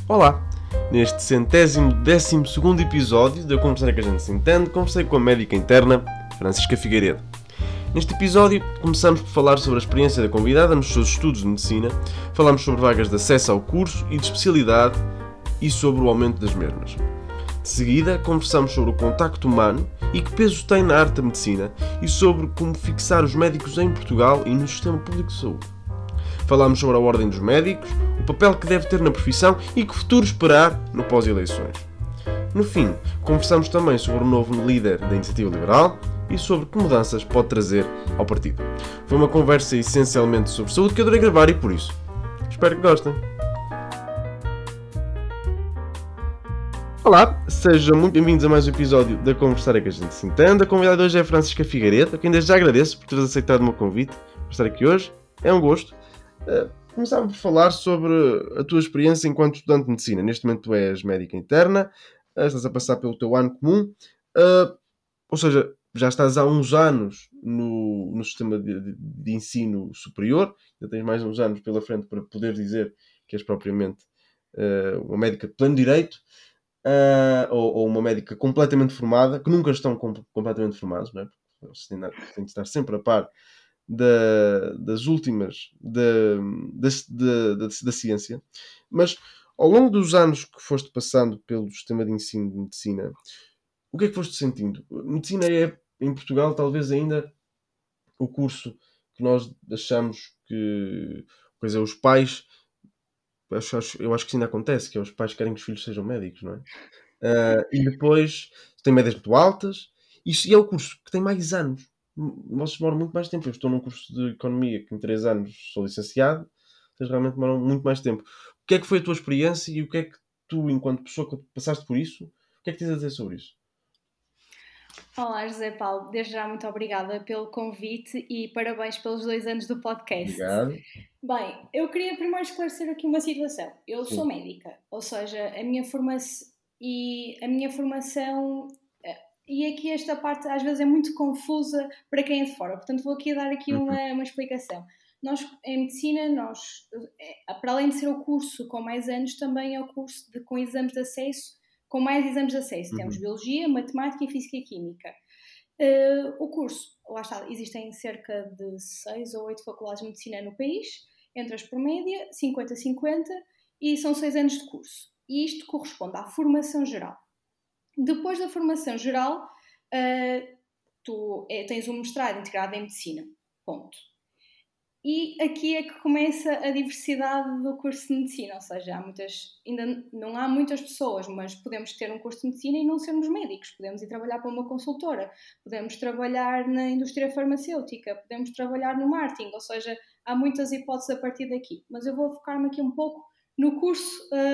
Olá! Neste 112º episódio da Conversar que a gente se entende, conversei com a médica interna Francisca Figueiredo. Neste episódio, começamos por falar sobre a experiência da convidada nos seus estudos de medicina, falamos sobre vagas de acesso ao curso e de especialidade e sobre o aumento das mesmas. De seguida, conversamos sobre o contacto humano e que peso tem na arte da medicina e sobre como fixar os médicos em Portugal e no sistema público de saúde. Falámos sobre a ordem dos médicos, o papel que deve ter na profissão e que futuro esperar no pós-eleições. No fim, conversamos também sobre o novo líder da Iniciativa Liberal e sobre que mudanças pode trazer ao partido. Foi uma conversa essencialmente sobre saúde que adorei gravar e por isso espero que gostem. Olá, sejam muito bem-vindos a mais um episódio da Conversar que a gente se entende. A convidada hoje é a Francisca Figueiredo, a quem desde já agradeço por teres aceitado o meu convite para estar aqui hoje. É um gosto. Começava por falar sobre a tua experiência enquanto estudante de medicina. Neste momento tu és médica interna, estás a passar pelo teu ano comum, ou seja, já estás há uns anos no sistema de ensino superior, ainda tens mais uns anos pela frente para poder dizer que és propriamente uma médica de pleno direito, ou uma médica completamente formada, que nunca estão completamente formados, não é? Porque eles têm de estar sempre a par das últimas da ciência. Mas ao longo dos anos que foste passando pelo sistema de ensino de medicina, o que é que foste sentindo? Medicina é, em Portugal, talvez ainda o curso que nós achamos que, pois é, os pais, eu acho que isso ainda acontece, que é os pais querem que os filhos sejam médicos, não é? E depois tem médias muito altas, e é o curso que tem mais anos. Vocês demoram muito mais tempo. Eu estou num curso de Economia que em 3 anos sou licenciado. Vocês realmente demoram muito mais tempo. O que é que foi a tua experiência e o que é que tu, enquanto pessoa que passaste por isso, o que é que tens a dizer sobre isso? Olá, José Paulo. Desde já muito obrigada pelo convite e parabéns pelos 2 anos do podcast. Obrigado. Bem, eu queria primeiro esclarecer aqui uma situação. Eu Sim. sou médica, ou seja, a minha formação e aqui esta parte às vezes é muito confusa para quem é de fora, portanto vou aqui dar aqui uma explicação. Nós, em medicina, para além de ser o curso com mais anos, também é o curso com exames de acesso, com mais exames de acesso. Temos Biologia, Matemática e Física e Química. O curso, lá está, existem cerca de 6 ou 8 faculdades de medicina no país, entras por média, 50-50, e são 6 anos de curso. E isto corresponde à formação geral. Depois da formação geral, tu tens um mestrado integrado em medicina. Ponto. E aqui é que começa a diversidade do curso de medicina, ou seja, ainda não há muitas pessoas, mas podemos ter um curso de medicina e não sermos médicos. Podemos ir trabalhar para uma consultora, podemos trabalhar na indústria farmacêutica, podemos trabalhar no marketing, ou seja, há muitas hipóteses a partir daqui. Mas eu vou focar-me aqui um pouco no curso,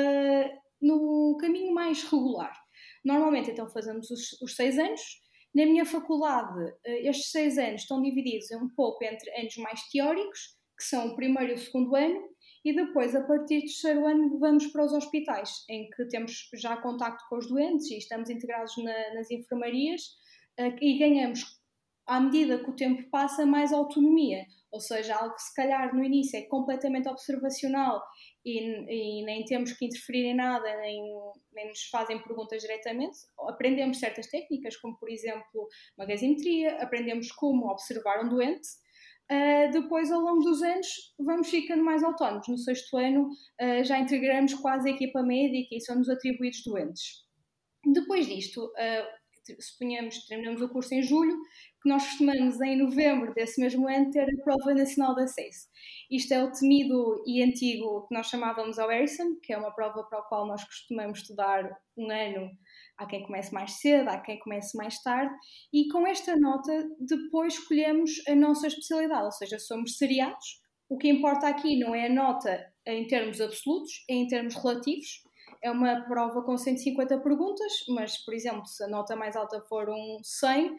no caminho mais regular. Normalmente, então, fazemos os 6 anos. Na minha faculdade, estes 6 anos estão divididos um pouco entre anos mais teóricos, que são o primeiro e o segundo ano, e depois, a partir do terceiro ano, vamos para os hospitais, em que temos já contacto com os doentes e estamos integrados nas enfermarias e ganhamos, à medida que o tempo passa, mais autonomia. Ou seja, algo que se calhar no início é completamente observacional e nem temos que interferir em nada, nem nos fazem perguntas diretamente. Aprendemos certas técnicas, como por exemplo magasimetria, aprendemos como observar um doente. Depois, ao longo dos anos, vamos ficando mais autónomos. No 6º ano já integramos quase a equipa médica e são-nos atribuídos doentes. Depois disto, suponhamos, terminamos o curso em julho, que nós costumamos em novembro desse mesmo ano ter a Prova Nacional de Acesso. Isto é o temido e antigo que nós chamávamos ao Harrison, que é uma prova para a qual nós costumamos estudar um ano. Há quem comece mais cedo, há quem comece mais tarde, e com esta nota depois escolhemos a nossa especialidade, ou seja, somos seriados. O que importa aqui não é a nota em termos absolutos, é em termos relativos. É uma prova com 150 perguntas, mas, por exemplo, se a nota mais alta for um 100,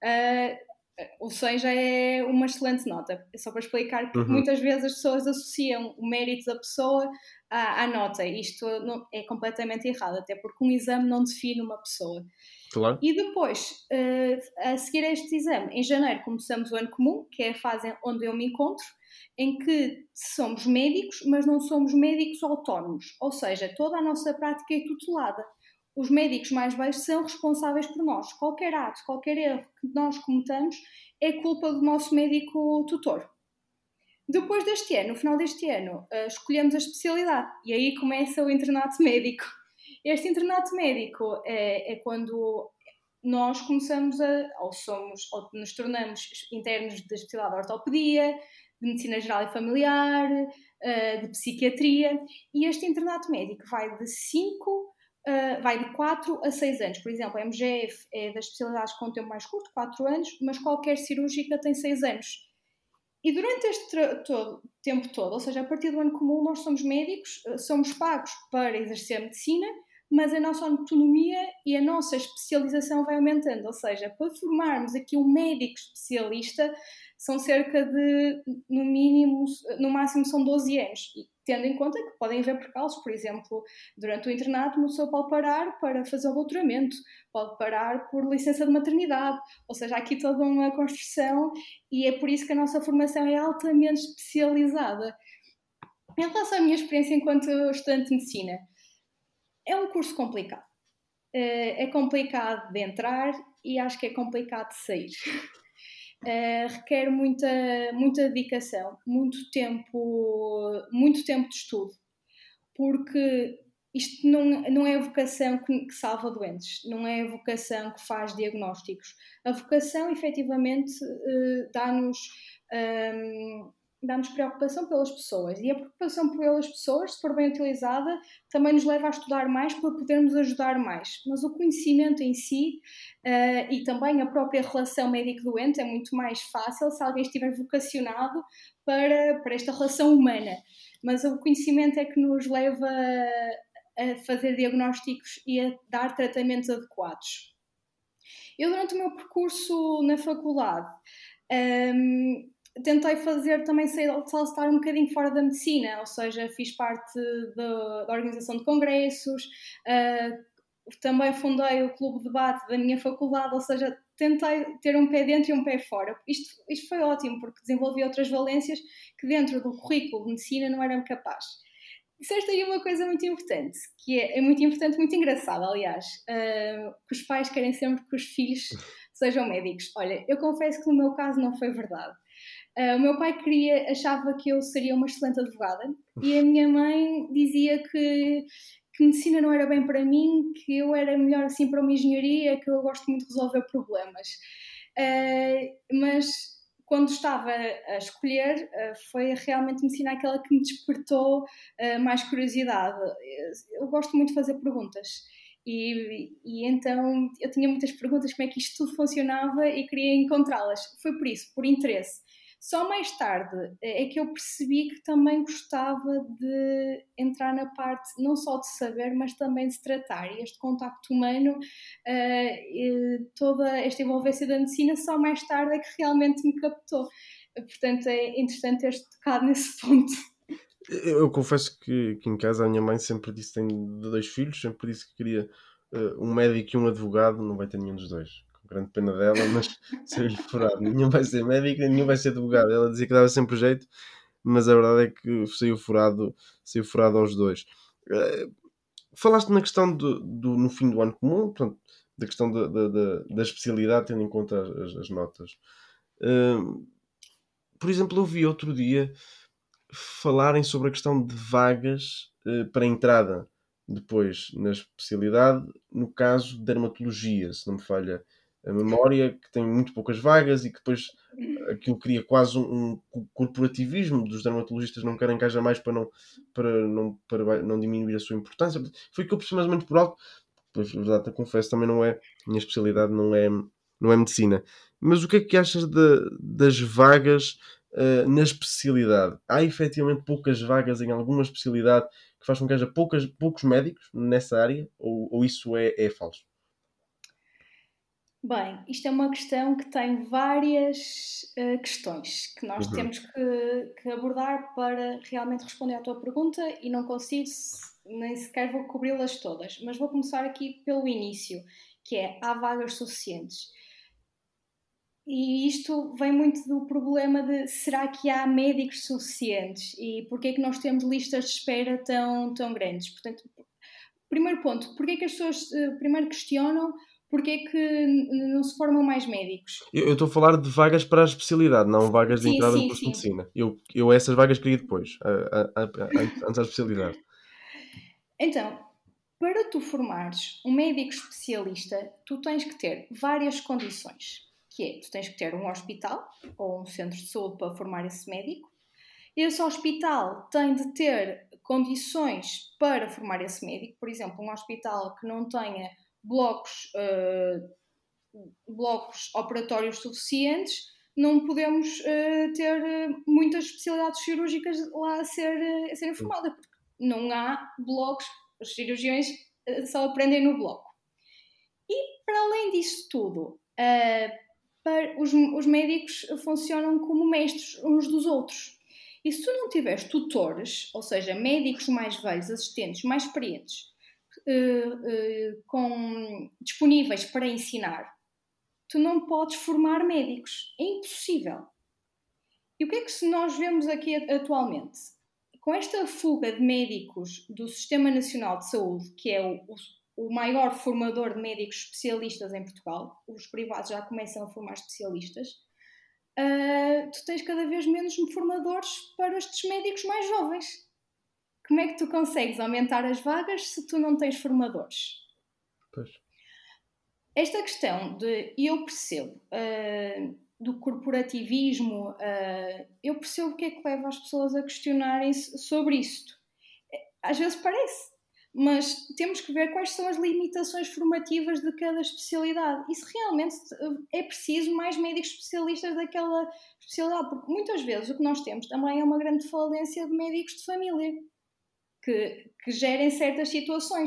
o 100 já é uma excelente nota. É só para explicar que muitas vezes as pessoas associam o mérito da pessoa à nota. Isto é completamente errado, até porque um exame não define uma pessoa. Claro. E depois, a seguir a este exame, em janeiro, começamos o ano comum, que é a fase onde eu me encontro. em que somos médicos, mas não somos médicos autónomos, ou seja, toda a nossa prática é tutelada. Os médicos mais velhos são responsáveis por nós. Qualquer ato, qualquer erro que nós cometamos é culpa do nosso médico tutor. Depois deste ano, no final deste ano, escolhemos a especialidade e aí começa o internato médico. Este internato médico é quando nós começamos ou nos tornamos internos da especialidade de ortopedia, de medicina geral e familiar, de psiquiatria, e este internato médico vai de 4 a 6 anos. Por exemplo, a MGF é das especialidades com um tempo mais curto, 4 anos, mas qualquer cirúrgica tem 6 anos. E durante este tempo todo, ou seja, a partir do ano comum, nós somos médicos, somos pagos para exercer a medicina, mas a nossa autonomia e a nossa especialização vai aumentando. Ou seja, para formarmos aqui um médico especialista, são cerca de, no máximo são 12 anos. E tendo em conta que podem haver percalços, por exemplo, durante o internato, uma pessoa pode parar para fazer o doutoramento, pode parar por licença de maternidade, ou seja, há aqui toda uma construção e é por isso que a nossa formação é altamente especializada. Em relação à minha experiência enquanto estudante de medicina, é um curso complicado. É complicado de entrar e acho que é complicado de sair. Requer muita dedicação, muito tempo de estudo, porque isto não é a vocação que salva doentes, não é a vocação que faz diagnósticos. A vocação, efetivamente, dá-nos preocupação pelas pessoas, e a preocupação pelas pessoas, se for bem utilizada, também nos leva a estudar mais para podermos ajudar mais. Mas o conhecimento em si e também a própria relação médico-doente é muito mais fácil se alguém estiver vocacionado para esta relação humana. Mas o conhecimento é que nos leva a fazer diagnósticos e a dar tratamentos adequados. Eu, durante o meu percurso na faculdade, tentei também saltar um bocadinho fora da medicina, ou seja, fiz parte da organização de congressos, também fundei o clube de debate da minha faculdade, ou seja, tentei ter um pé dentro e um pé fora. Isto foi ótimo, porque desenvolvi outras valências que dentro do currículo de medicina não eram capaz. Disseste aí uma coisa muito importante, que é muito importante, muito engraçada, aliás, que os pais querem sempre que os filhos sejam médicos. Olha, eu confesso que no meu caso não foi verdade. O meu pai achava que eu seria uma excelente advogada e a minha mãe dizia que medicina não era bem para mim, que eu era melhor assim para uma engenharia, que eu gosto muito de resolver problemas. Mas quando estava a escolher, foi realmente medicina aquela que me despertou mais curiosidade. Eu gosto muito de fazer perguntas. E então eu tinha muitas perguntas, como é que isto tudo funcionava e queria encontrá-las. Foi por isso, por interesse. Só mais tarde é que eu percebi que também gostava de entrar na parte não só de saber, mas também de se tratar. E este contacto humano, toda esta envolvência da medicina, só mais tarde é que realmente me captou. Portanto, é interessante ter tocado nesse ponto. Eu confesso que em casa a minha mãe sempre disse que tem 2 filhos, sempre disse que queria um médico e um advogado, não vai ter nenhum dos dois. Com grande pena dela, mas saiu-lhe furado. Nenhum vai ser médico, nenhum vai ser advogado. Ela dizia que dava sempre jeito, mas a verdade é que saiu furado aos dois. Falaste na questão no fim do ano comum, portanto, da questão da especialidade, tendo em conta as notas. Por exemplo, eu vi outro dia falarem sobre a questão de vagas para entrada depois na especialidade, no caso de dermatologia, se não me falha a memória, que tem muito poucas vagas e que depois aquilo cria quase um corporativismo dos dermatologistas, não querem que haja mais para não diminuir a sua importância. Foi o que eu percebi mais ou menos por alto. Pois, na verdade, eu confesso, também não é a minha especialidade, não é medicina. Mas o que é que achas das vagas na especialidade? Há efetivamente poucas vagas em alguma especialidade que faz com que haja poucos médicos nessa área? Ou isso é falso? Bem, isto é uma questão que tem várias questões que nós temos que abordar para realmente responder à tua pergunta e não consigo, nem sequer vou cobri-las todas, mas vou começar aqui pelo início, que é: há vagas suficientes? E isto vem muito do problema de será que há médicos suficientes e porque é que nós temos listas de espera tão grandes. Portanto, primeiro ponto, porque é que as pessoas primeiro questionam porque é que não se formam mais médicos? Eu estou a falar de vagas para a especialidade, não vagas de Sim, entrada no sim, curso de sim. medicina. Eu essas vagas queria depois, antes da especialidade. Então, para tu formares um médico especialista, tu tens que ter várias condições, que é, tu tens que ter um hospital ou um centro de saúde para formar esse médico. Esse hospital tem de ter condições para formar esse médico, por exemplo, um hospital que não tenha blocos, blocos operatórios suficientes, não podemos ter muitas especialidades cirúrgicas lá a serem formadas, porque não há blocos, os cirurgiões só aprendem no bloco. E para além disso tudo, os médicos funcionam como mestres uns dos outros. E se tu não tiveres tutores, ou seja, médicos mais velhos, assistentes mais experientes, disponíveis para ensinar, tu não podes formar médicos. É impossível. E o que é que se nós vemos aqui atualmente? Com esta fuga de médicos do Sistema Nacional de Saúde, que é o maior formador de médicos especialistas em Portugal, os privados já começam a formar especialistas, tu tens cada vez menos formadores para estes médicos mais jovens. Como é que tu consegues aumentar as vagas se tu não tens formadores? Pois. Esta questão de eu percebo do corporativismo, eu percebo o que é que leva as pessoas a questionarem-se sobre isto. Às vezes parece, mas temos que ver quais são as limitações formativas de cada especialidade e se realmente é preciso mais médicos especialistas daquela especialidade, porque muitas vezes o que nós temos também é uma grande falência de médicos de família que gerem certas situações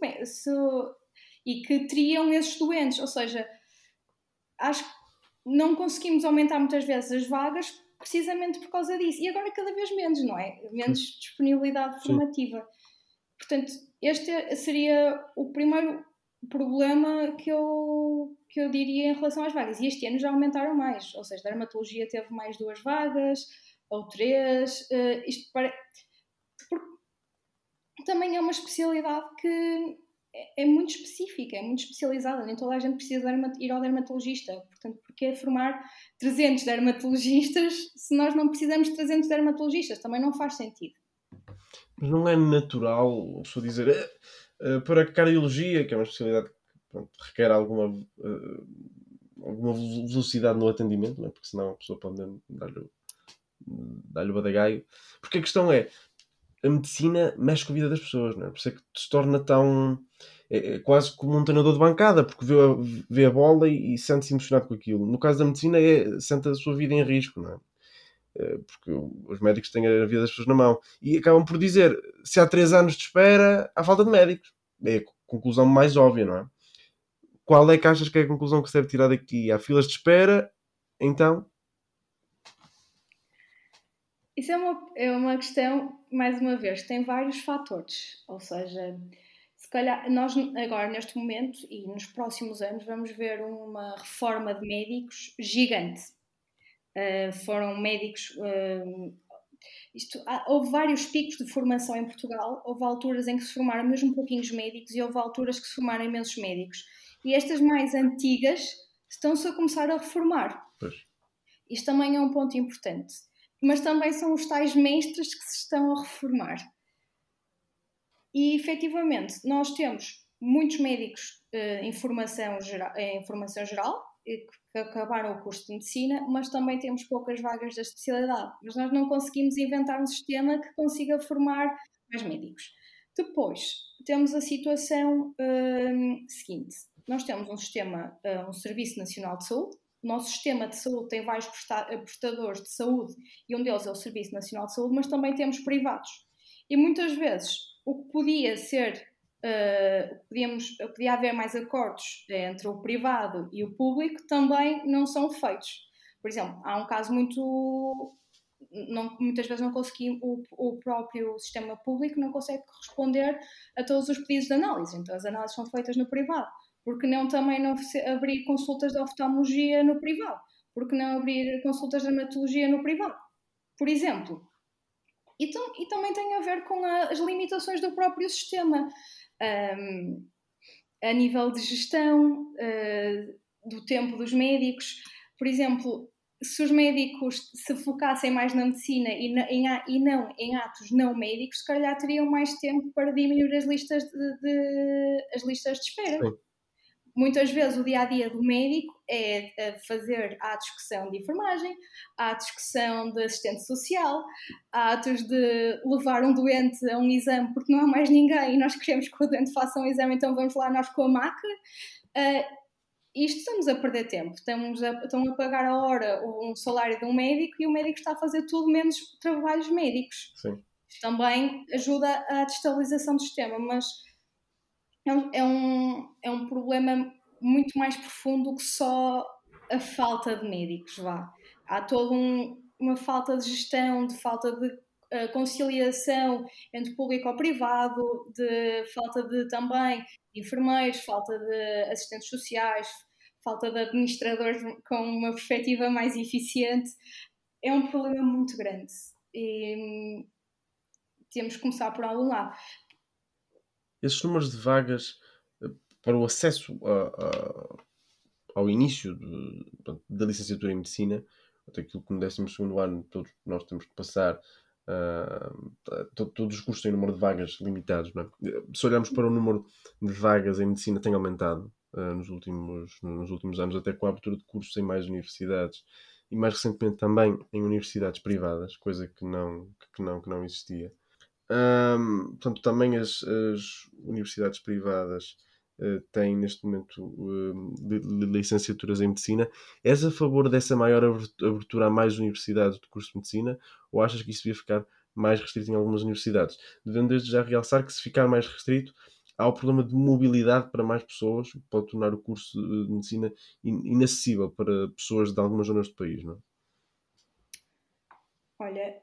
e que teriam esses doentes, ou seja, acho que não conseguimos aumentar muitas vezes as vagas precisamente por causa disso. E agora cada vez menos, não é? Menos disponibilidade formativa. Sim. Portanto, este seria o primeiro problema que eu diria em relação às vagas. E este ano já aumentaram mais. Ou seja, a dermatologia teve mais 2 vagas, ou 3. Isto porque também é uma especialidade que é muito específica, é muito especializada, nem toda a gente precisa ir ao dermatologista. Portanto, porquê formar 300 dermatologistas se nós não precisamos de 300 dermatologistas? Também não faz sentido. Mas não é natural a pessoa dizer para a cardiologia, que é uma especialidade que requer alguma velocidade no atendimento, não é? Porque senão a pessoa pode dar-lhe o badagaio. Porque a questão é, a medicina mexe com a vida das pessoas, não é? Por isso é que se torna tão... É quase como um treinador de bancada, porque vê a bola e sente-se emocionado com aquilo. No caso da medicina, sente a sua vida em risco, não é? Porque os médicos têm a vida das pessoas na mão. E acabam por dizer, se há 3 anos de espera, há falta de médicos. É a conclusão mais óbvia, não é? Qual é que achas que é a conclusão que se deve tirar daqui? Há filas de espera, então... Isso é uma questão, mais uma vez, tem vários fatores. Ou seja, se calhar nós agora, neste momento e nos próximos anos, vamos ver uma reforma de médicos gigante. Foram médicos... houve vários picos de formação em Portugal. Houve alturas em que se formaram mesmo pouquinhos médicos e houve alturas que se formaram imensos médicos. E estas mais antigas estão-se a começar a reformar. Pois. Isto também é um ponto importante. Mas também são os tais mestres que se estão a reformar. E, efetivamente, nós temos muitos médicos em formação geral que acabaram o curso de medicina, mas também temos poucas vagas da especialidade. Mas nós não conseguimos inventar um sistema que consiga formar mais médicos. Depois, temos a situação seguinte. Nós temos um Serviço Nacional de Saúde. O nosso sistema de saúde tem vários prestadores de saúde e um deles é o Serviço Nacional de Saúde, mas também temos privados. E muitas vezes o que podia ser, podia haver mais acordos entre o privado e o público também não são feitos. Por exemplo, há um caso muitas vezes não consegui, o próprio sistema público não consegue responder a todos os pedidos de análise, então as análises são feitas no privado. Porque não também não abrir consultas de oftalmologia no privado? Por que não abrir consultas de dermatologia no privado, por exemplo? E também tem a ver com as limitações do próprio sistema, a nível de gestão do tempo dos médicos. Por exemplo, se os médicos se focassem mais na medicina e não em atos não médicos, se calhar teriam mais tempo para diminuir as listas de espera. Sim. Muitas vezes o dia-a-dia do médico é fazer atos que são de enfermagem, atos que são de assistente social, atos de levar um doente a um exame porque não há mais ninguém e nós queremos que o doente faça um exame, então vamos lá nós com a maca. Isto estamos a perder tempo, estão a pagar a hora um salário de um médico e o médico está a fazer tudo menos trabalhos médicos. Sim. Isto também ajuda à destabilização do sistema, mas é um problema muito mais profundo que só a falta de médicos, vá. Há toda uma falta de gestão, de falta de conciliação entre público ou privado, de falta de também de enfermeiros, falta de assistentes sociais, falta de administradores com uma perspectiva mais eficiente. É um problema muito grande e temos que começar por algum lado. Esses números de vagas para o acesso ao início da licenciatura em Medicina, até aquilo que no 12º ano todos nós temos que passar, todos os cursos têm um número de vagas limitados, não é? Se olharmos para o número de vagas em Medicina tem aumentado nos últimos anos, até com a abertura de cursos em mais universidades e mais recentemente também em universidades privadas, coisa que não existia. Portanto, também as universidades privadas têm neste momento licenciaturas em Medicina. És a favor dessa maior abertura a mais universidades do curso de Medicina ou achas que isso devia ficar mais restrito em algumas universidades? Devendo desde já realçar que se ficar mais restrito há o problema de mobilidade para mais pessoas, que pode tornar o curso de Medicina inacessível para pessoas de algumas zonas do país, não é? Olha,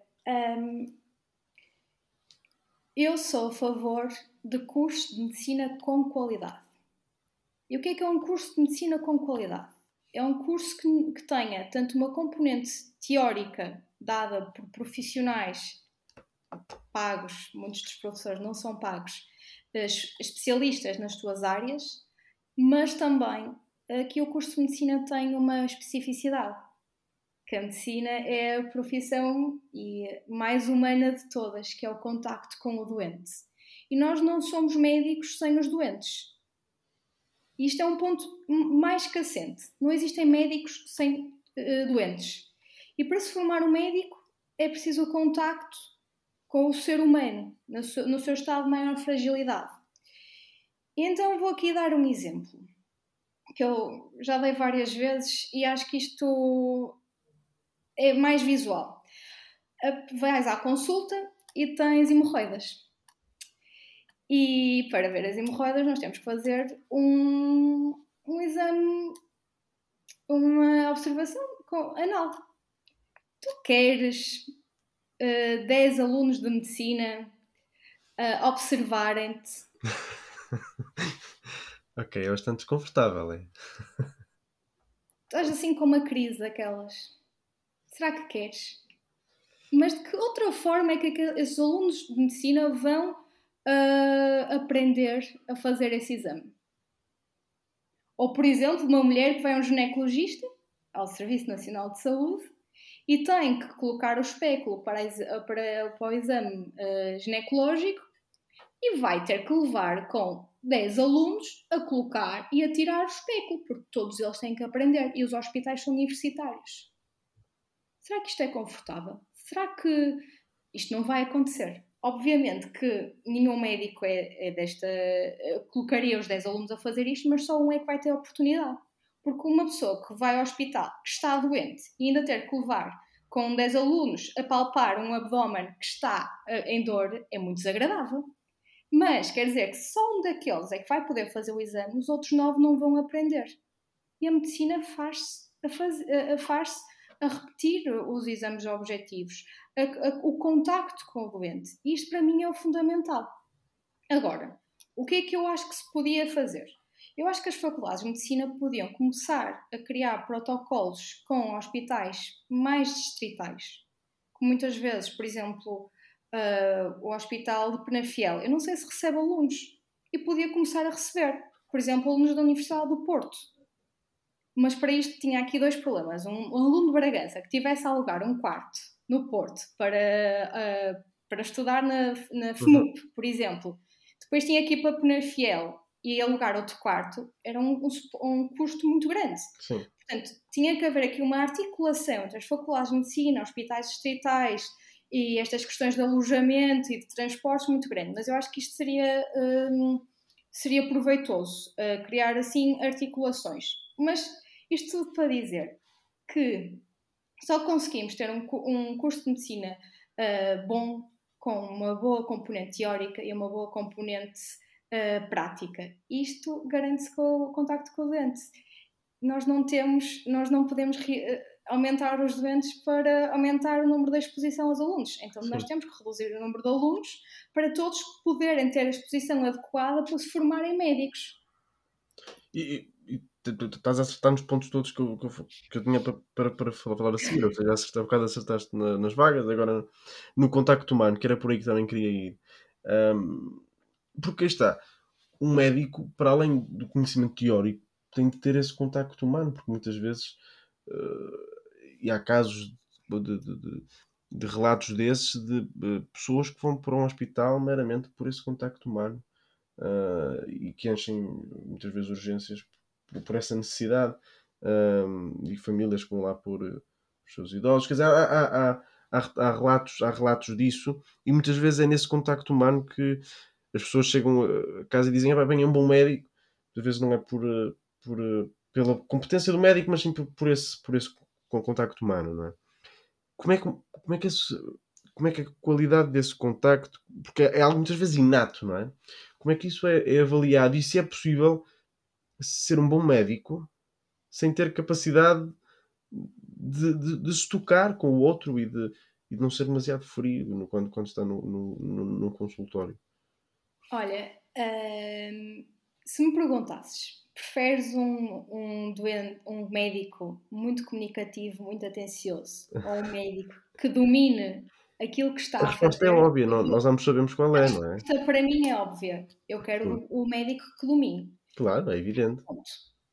eu sou a favor de cursos de medicina com qualidade. E o que é um curso de medicina com qualidade? É um curso que tenha tanto uma componente teórica dada por profissionais pagos, muitos dos professores não são pagos, especialistas nas suas áreas, mas também que o curso de medicina tem uma especificidade. Que a medicina é a profissão mais humana de todas, que é o contacto com o doente. E nós não somos médicos sem os doentes. E isto é um ponto mais que assente. Não existem médicos sem doentes. E para se formar um médico é preciso o contacto com o ser humano, no seu estado de maior fragilidade. E então vou aqui dar um exemplo, que eu já dei várias vezes e acho que isto é mais visual. Vais à consulta e tens hemorroidas. E para ver as hemorroidas nós temos que fazer um exame, uma observação anal. Tu queres 10 alunos de medicina observarem-te? Ok, é bastante desconfortável, é? Estás assim com uma crise daquelas. Será que queres? Mas de que outra forma é que esses alunos de medicina vão aprender a fazer esse exame? Ou, por exemplo, uma mulher que vai a um ginecologista, ao Serviço Nacional de Saúde, e tem que colocar o espéculo para o exame ginecológico e vai ter que levar com 10 alunos a colocar e a tirar o espéculo, porque todos eles têm que aprender e os hospitais são universitários. Será que isto é confortável? Será que isto não vai acontecer? Obviamente que nenhum médico colocaria os 10 alunos a fazer isto, mas só um é que vai ter a oportunidade. Porque uma pessoa que vai ao hospital, que está doente, e ainda ter que levar com 10 alunos a palpar um abdômen que está em dor, é muito desagradável. Mas quer dizer que só um daqueles é que vai poder fazer o exame, os outros 9 não vão aprender. E a medicina faz-se a repetir os exames objetivos, o contacto com o doente. Isto para mim é o fundamental. Agora, o que é que eu acho que se podia fazer? Eu acho que as faculdades de medicina podiam começar a criar protocolos com hospitais mais distritais, como muitas vezes, por exemplo, o Hospital de Penafiel. Eu não sei se recebe alunos e podia começar a receber, por exemplo, alunos da Universidade do Porto. Mas para isto tinha aqui dois problemas. Um aluno de Bragança que tivesse a alugar um quarto no Porto para estudar na FMUP, por exemplo, depois tinha que ir para Penafiel e alugar outro quarto, era um custo muito grande. Sim. Portanto, tinha que haver aqui uma articulação entre as faculdades de medicina, hospitais distritais e estas questões de alojamento e de transportes muito grande. Mas eu acho que isto seria proveitoso, criar assim articulações. Mas isto tudo para dizer que só conseguimos ter um curso de medicina bom, com uma boa componente teórica e uma boa componente prática. Isto garante-se com o contacto com o doente. Nós não podemos aumentar os doentes para aumentar o número da exposição aos alunos. Então Sim. nós temos que reduzir o número de alunos para todos poderem ter a exposição adequada para se formarem médicos. E tu estás a acertar nos pontos todos que eu tinha para falar a seguir. Ou seja, há bocado acertaste nas vagas, agora no contacto humano, que era por aí que também queria ir. Porque aí está, um médico, para além do conhecimento teórico, tem de ter esse contacto humano, porque muitas vezes, e há casos de relatos desses, de pessoas que vão para um hospital meramente por esse contacto humano. E que enchem muitas vezes urgências por essa necessidade, e famílias que vão lá por os seus idosos. Quer dizer, há relatos disso, e muitas vezes é nesse contacto humano que as pessoas chegam a casa e dizem: venha um bom médico. Às vezes não é pela competência do médico, mas sim por esse contacto humano, não é? Como é que a qualidade desse contacto, porque é algo muitas vezes inato, não é? Como é que isso é avaliado, e se é possível ser um bom médico sem ter capacidade de se tocar com o outro e de não ser demasiado frio quando está num consultório? Olha, se me perguntasses, preferes um médico muito comunicativo, muito atencioso, ou um médico que domine aquilo que A está a resposta é fazer? óbvia, nós ambos sabemos qual A é, não é? resposta para mim é óbvia. Eu Sim. quero o médico que domine. Claro, é evidente. Pronto.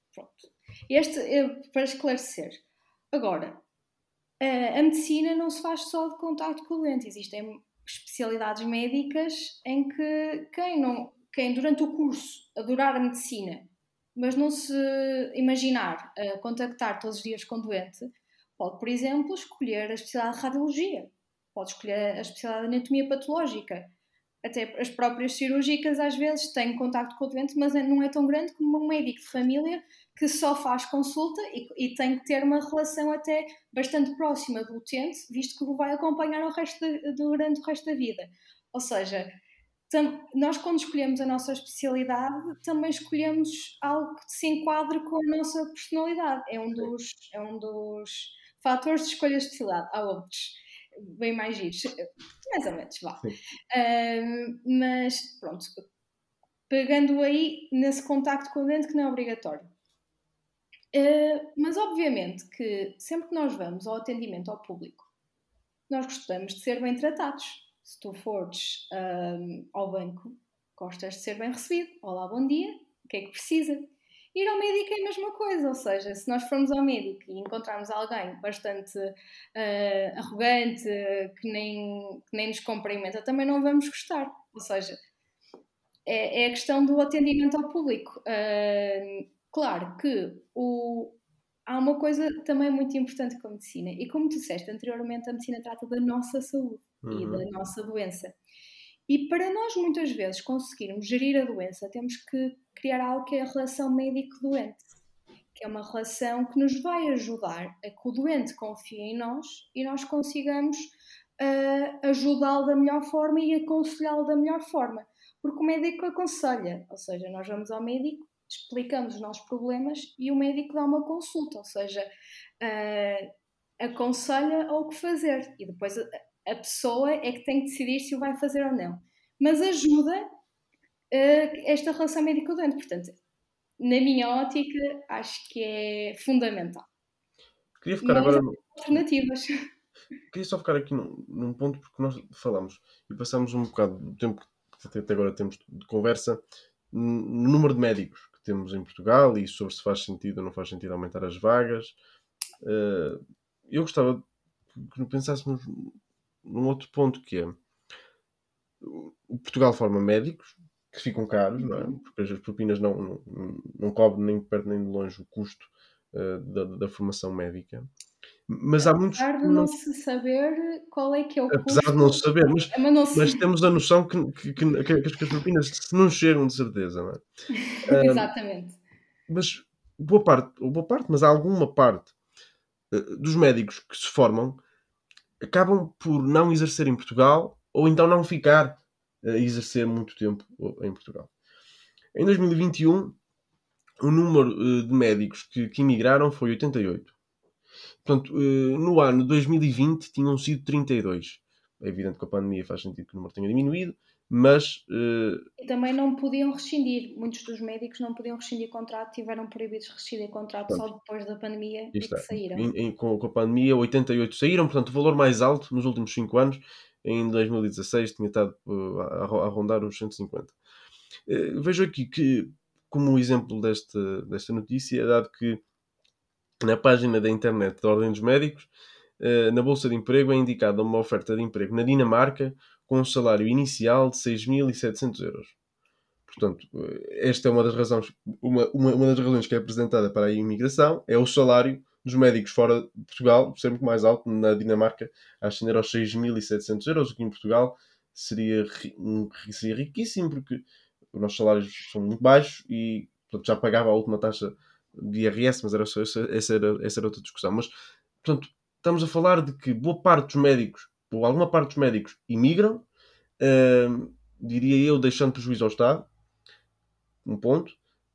Para esclarecer. Agora, a medicina não se faz só de contacto com o doente. Existem especialidades médicas em que quem durante o curso adorar a medicina, mas não se imaginar contactar todos os dias com o doente, pode, por exemplo, escolher a especialidade de radiologia, pode escolher a especialidade de anatomia patológica. Até as próprias cirúrgicas às vezes têm contacto com o doente, mas não é tão grande como um médico de família que só faz consulta e tem que ter uma relação até bastante próxima do utente, visto que o vai acompanhar durante o resto da vida. Ou seja, nós quando escolhemos a nossa especialidade também escolhemos algo que se enquadre com a nossa personalidade. É um dos fatores de escolha de especialidade. Há outros bem mais giros, mais ou menos, vá. Mas pronto, pegando aí nesse contacto com o doente que não é obrigatório. Mas obviamente que sempre que nós vamos ao atendimento ao público, nós gostamos de ser bem tratados. Se tu fores ao banco, gostas de ser bem recebido. Olá, bom dia, o que é que precisa? Ir ao médico é a mesma coisa, ou seja, se nós formos ao médico e encontrarmos alguém bastante arrogante, que nem nos cumprimenta, também não vamos gostar. Ou seja, é a questão do atendimento ao público. Claro que há uma coisa também muito importante com a medicina, e como tu disseste anteriormente, a medicina trata da nossa saúde e da nossa doença. E para nós, muitas vezes, conseguirmos gerir a doença, temos que criar algo que é a relação médico-doente, que é uma relação que nos vai ajudar a que o doente confie em nós e nós consigamos ajudá-lo da melhor forma e aconselhá-lo da melhor forma. Porque o médico aconselha, ou seja, nós vamos ao médico, explicamos os nossos problemas e o médico dá uma consulta, ou seja, aconselha ao que fazer e depois a pessoa é que tem que decidir se o vai fazer ou não. Mas ajuda esta relação médico-doente. Portanto, na minha ótica, acho que é fundamental. Queria ficar Mas há agora alternativas. queria só ficar aqui num ponto, porque nós falamos e passamos um bocado do tempo que até agora temos de conversa no número de médicos que temos em Portugal e sobre se faz sentido ou não faz sentido aumentar as vagas. Eu gostava que pensássemos num outro ponto, que é o Portugal forma médicos que ficam caros, não é? Porque as propinas não cobrem nem de perto nem de longe o custo da formação médica. Mas há muitos Apesar que de não, não se saber qual é que é o apesar de custo, não se saber, mas não mas se... temos a noção que as propinas se não chegam de certeza, não é? Exatamente. Mas boa parte, mas há alguma parte dos médicos que se formam acabam por não exercer em Portugal ou então não ficar a exercer muito tempo em Portugal. Em 2021, o número de médicos que emigraram foi 88. Portanto, no ano 2020 tinham sido 32. É evidente que com a pandemia faz sentido que o número tenha diminuído, mas E também não podiam rescindir. Muitos dos médicos não podiam rescindir contrato, tiveram proibidos de rescindir contrato só pronto, depois da pandemia e que está. saíram. Com a pandemia, 88 saíram, portanto, o valor mais alto nos últimos 5 anos, em 2016, tinha estado a rondar os 150. Vejo aqui que, como exemplo desta notícia, é dado que na página da internet da Ordem dos Médicos, na Bolsa de Emprego, é indicada uma oferta de emprego na Dinamarca com um salário inicial de 6.700 euros. Portanto, esta é uma das razões, uma das razões que é apresentada para a imigração, é o salário dos médicos fora de Portugal ser muito mais alto. Na Dinamarca, a ascender aos 6.700 euros, o que em Portugal seria riquíssimo, porque os nossos salários são muito baixos e, portanto, já pagava a última taxa de IRS, mas essa era outra discussão. Mas, portanto, estamos a falar de que boa parte dos médicos, ou alguma parte dos médicos, imigram, diria eu, deixando prejuízo ao Estado, um ponto.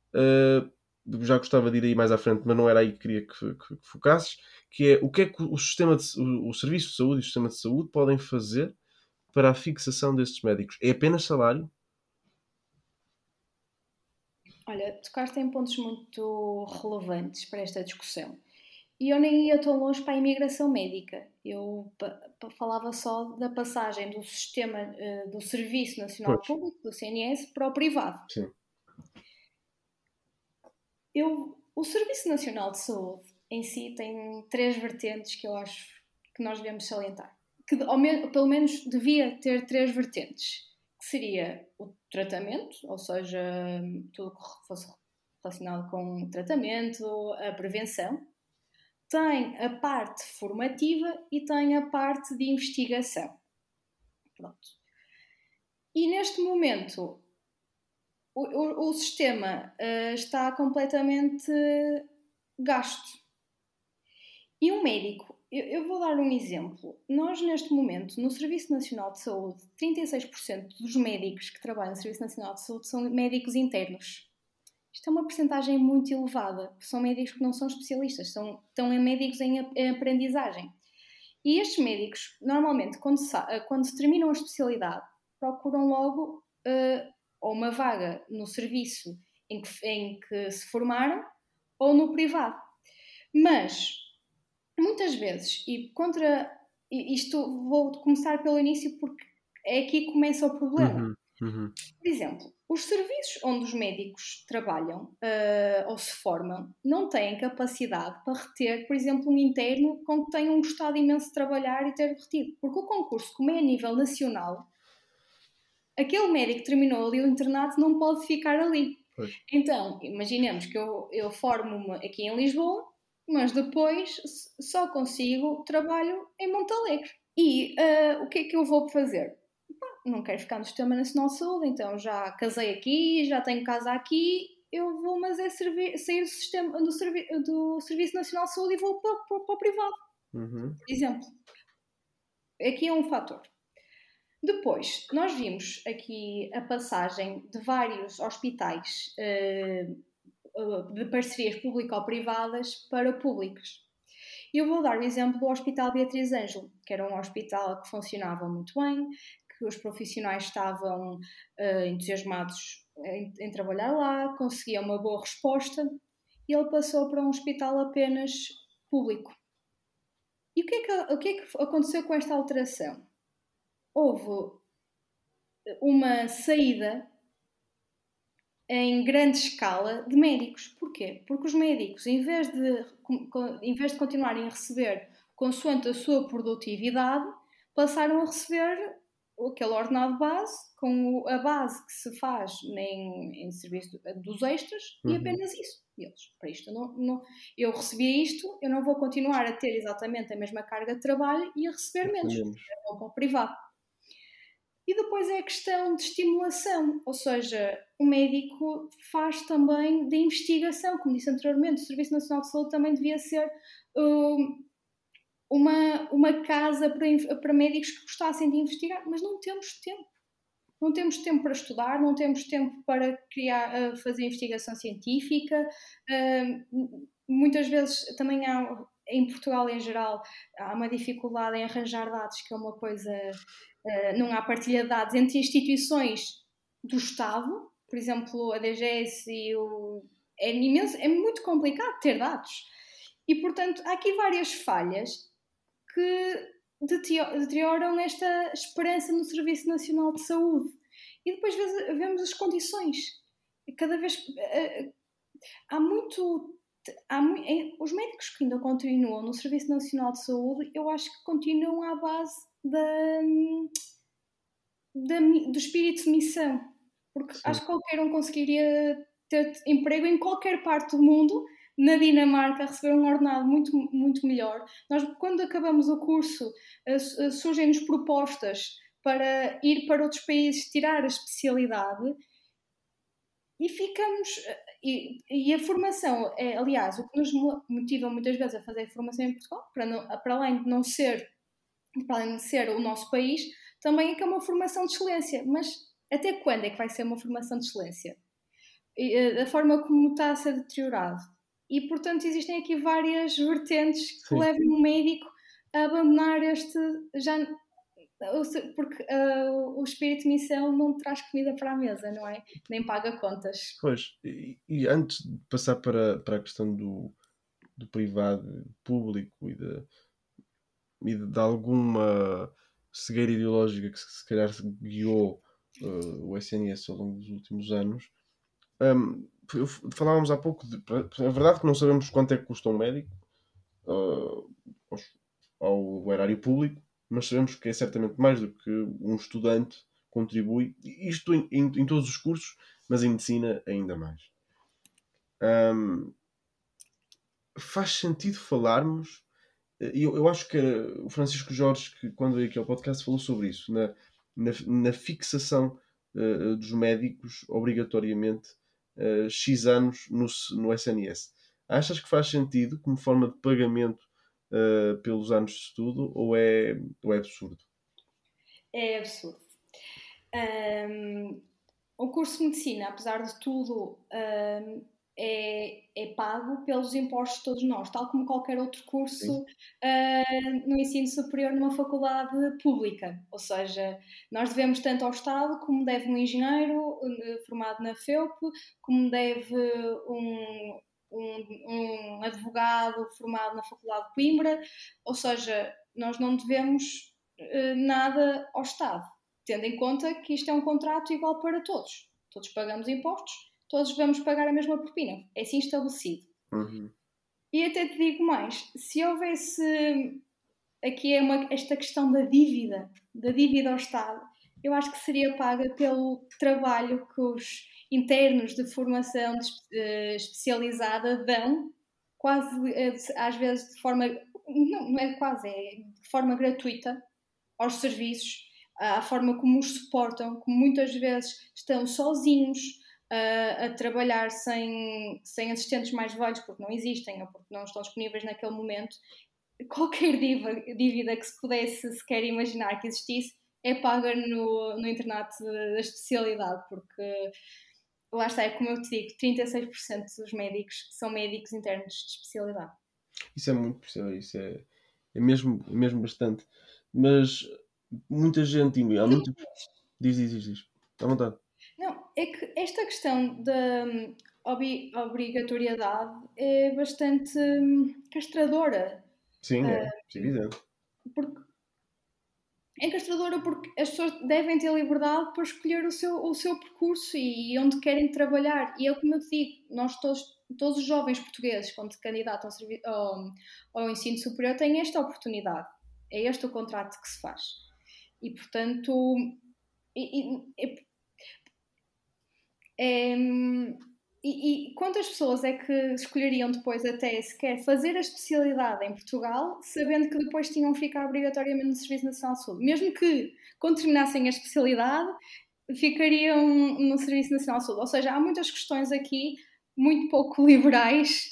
Já gostava de ir aí mais à frente, mas não era aí que queria que focasses, que é o que é que o Serviço de Saúde e o Sistema de Saúde podem fazer para a fixação destes médicos? É apenas salário? Olha, tocaste em pontos muito relevantes para esta discussão. E eu nem ia tão longe para a imigração médica. Eu falava só da passagem do sistema do Serviço Nacional Pois, Público, do CNS, para o privado. sim. O Serviço Nacional de Saúde em si tem 3 vertentes que eu acho que nós devemos salientar. Que pelo menos devia ter 3 vertentes. Que seria o tratamento, ou seja, tudo que fosse relacionado com o tratamento, a prevenção. Tem a parte formativa e tem a parte de investigação. Pronto. E neste momento o sistema está completamente gasto. E um médico, eu vou dar um exemplo. Nós, neste momento, no Serviço Nacional de Saúde, 36% dos médicos que trabalham no Serviço Nacional de Saúde são médicos internos. Isto é uma porcentagem muito elevada. São médicos que não são especialistas, estão médicos em aprendizagem. E estes médicos, normalmente, quando terminam a especialidade, procuram logo ou uma vaga no serviço em que se formaram ou no privado. Mas, muitas vezes, isto vou começar pelo início porque é aqui que começa o problema. Por exemplo, os serviços onde os médicos trabalham ou se formam não têm capacidade para reter, por exemplo, um interno com que tenham gostado imenso de trabalhar e ter retido. Porque o concurso, como é a nível nacional, aquele médico que terminou ali o internato não pode ficar ali. Pois. Então, imaginemos que eu formo-me aqui em Lisboa, mas depois só consigo trabalho em Montalegre. E o que é que eu vou fazer? Não quero ficar no Sistema Nacional de Saúde, então já casei aqui, já tenho casa aqui, eu vou sair do, sistema, do Serviço Nacional de Saúde e vou para o privado. Por exemplo. Aqui é um fator. Depois, nós vimos aqui a passagem de vários hospitais de parcerias público-privadas para públicos. Eu vou dar o exemplo do Hospital Beatriz Ângelo, que era um hospital que funcionava muito bem, que os profissionais estavam entusiasmados em trabalhar lá, conseguia uma boa resposta e ele passou para um hospital apenas público. E o que é que aconteceu com esta alteração? Houve uma saída em grande escala de médicos. Porquê? Porque os médicos, em vez de continuarem a receber consoante a sua produtividade, passaram a receber aquele ordenado base, com a base que se faz em serviço dos extras, e apenas isso. E eles, para isto, eu recebi isto, eu não vou continuar a ter exatamente a mesma carga de trabalho e a receber menos. Vou para o privado. E depois é a questão de estimulação, ou seja, o médico faz também de investigação, como disse anteriormente, o Serviço Nacional de Saúde também devia ser uma casa para médicos que gostassem de investigar, mas não temos tempo. Não temos tempo para estudar, não temos tempo para fazer investigação científica. Muitas vezes também em Portugal em geral, há uma dificuldade em arranjar dados, que é uma coisa... não há partilha de dados entre instituições do Estado, por exemplo, a DGS e é muito complicado ter dados. E, portanto, há aqui várias falhas que deterioram esta esperança no Serviço Nacional de Saúde. E depois vemos as condições. Cada vez... os médicos que ainda continuam no Serviço Nacional de Saúde, eu acho que continuam à base do espírito de missão, porque sim, acho que qualquer um conseguiria ter emprego em qualquer parte do mundo. Na Dinamarca, receber um ordenado muito, muito melhor. Nós, quando acabamos o curso, surgem-nos propostas para ir para outros países tirar a especialidade e ficamos... E a formação, aliás, o que nos motiva muitas vezes a fazer a formação em Portugal, para além de ser o nosso país, também é que é uma formação de excelência. Mas até quando é que vai ser uma formação de excelência? Da forma como está a ser deteriorado. E, portanto, existem aqui várias vertentes que levam o médico a abandonar porque o espírito de missão não traz comida para a mesa, não é? Nem paga contas. Pois, e antes de passar para a questão do privado, público e de alguma cegueira ideológica que se calhar guiou o SNS ao longo dos últimos anos, falávamos há pouco é verdade que não sabemos quanto é que custa um médico ao erário público, mas sabemos que é certamente mais do que um estudante contribui, isto em todos os cursos, mas em medicina ainda mais. Faz sentido falarmos, eu acho que o Francisco Jorge, que quando veio aqui ao podcast, falou sobre isso, na fixação dos médicos obrigatoriamente X anos no SNS. Achas que faz sentido como forma de pagamento pelos anos de estudo ou é absurdo? É absurdo. O curso de medicina, apesar de tudo, é pago pelos impostos de todos nós, tal como qualquer outro curso no ensino superior numa faculdade pública. Ou seja, nós devemos tanto ao Estado como deve um engenheiro formado na FEUP, como deve um advogado formado na Faculdade de Coimbra. Ou seja, nós não devemos nada ao Estado, tendo em conta que isto é um contrato igual para todos. Todos pagamos impostos, todos vamos pagar a mesma propina. É assim estabelecido. Uhum. E até te digo mais, se houvesse aqui esta questão da dívida ao Estado, eu acho que seria paga pelo trabalho que os internos de formação especializada dão, quase às vezes de forma... Não é quase, é de forma gratuita aos serviços, a forma como os suportam, como muitas vezes estão sozinhos a trabalhar sem assistentes mais velhos, porque não existem ou porque não estão disponíveis naquele momento. Qualquer dívida que se pudesse sequer imaginar que existisse é paga no internato da especialidade, porque lá está, é como eu te digo, 36% dos médicos são médicos internos de especialidade. Isso é muito, isso é mesmo bastante. Mas muita gente... Diz. À vontade. Não, é que esta questão da obrigatoriedade é bastante castradora. Sim, é evidente. Porque é castradora porque as pessoas devem ter liberdade para escolher o seu percurso e onde querem trabalhar. E é como eu te digo, nós todos os jovens portugueses, quando se candidatam ao ensino superior, têm esta oportunidade. É este o contrato que se faz. E, portanto, e quantas pessoas é que escolheriam depois até sequer fazer a especialidade em Portugal, sabendo que depois tinham que ficar obrigatoriamente no Serviço Nacional de Saúde? Mesmo que, quando terminassem a especialidade, ficariam no Serviço Nacional de Saúde. Ou seja, há muitas questões aqui muito pouco liberais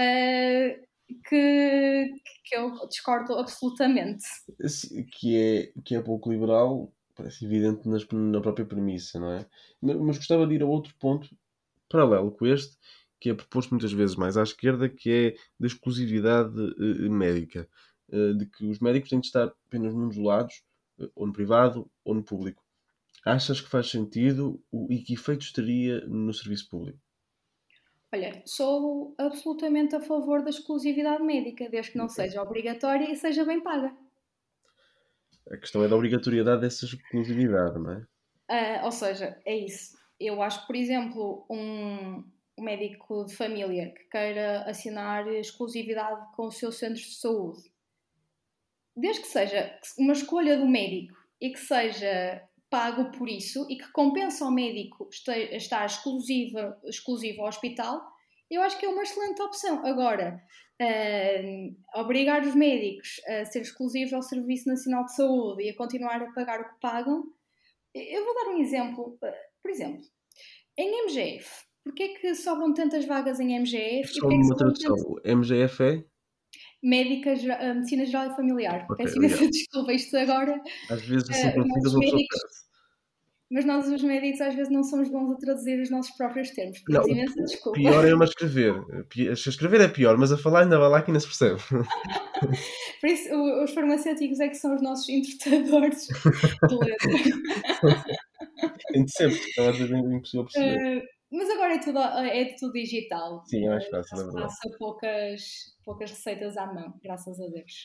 que eu discordo absolutamente. Que é pouco liberal, parece evidente na própria premissa, não é? Mas gostava de ir a outro ponto paralelo com este, que é proposto muitas vezes mais à esquerda, que é da exclusividade médica. De que os médicos têm de estar apenas num dos lados, ou no privado ou no público. Achas que faz sentido e que efeitos teria no serviço público? Olha, sou absolutamente a favor da exclusividade médica, desde que não seja obrigatória e seja bem paga. A questão é da obrigatoriedade dessa exclusividade, não é? Ou seja, é isso. Eu acho que, por exemplo, um médico de família que queira assinar exclusividade com o seu centro de saúde, desde que seja uma escolha do médico e que seja pago por isso e que compensa ao médico estar exclusivo ao hospital, eu acho que é uma excelente opção. Agora, obrigar os médicos a ser exclusivos ao Serviço Nacional de Saúde e a continuar a pagar o que pagam. Eu vou dar um exemplo. Por exemplo, em MGF, porquê é que sobram tantas vagas em MGF e Só porquê é que uma sobram tradução. tantas MGF é? medicina geral e familiar? Ok, Peço obrigado. imensa desculpa, isto agora, Às vezes assim os consigo nossos uma pessoa médicos, perde. mas nós os médicos às vezes não somos bons a traduzir os nossos próprios termos. Não, Pedimos imensa o desculpa. pior é eu a escrever. A escrever é pior, mas a falar ainda vai lá que ainda se percebe. Por isso, os farmacêuticos é que são os nossos interpretadores de letra. Tem de ser, porque senão às vezes é impossível perceber. Mas agora é tudo digital. Sim, é mais fácil, é Já se verdade. passa poucas receitas à mão, graças a Deus.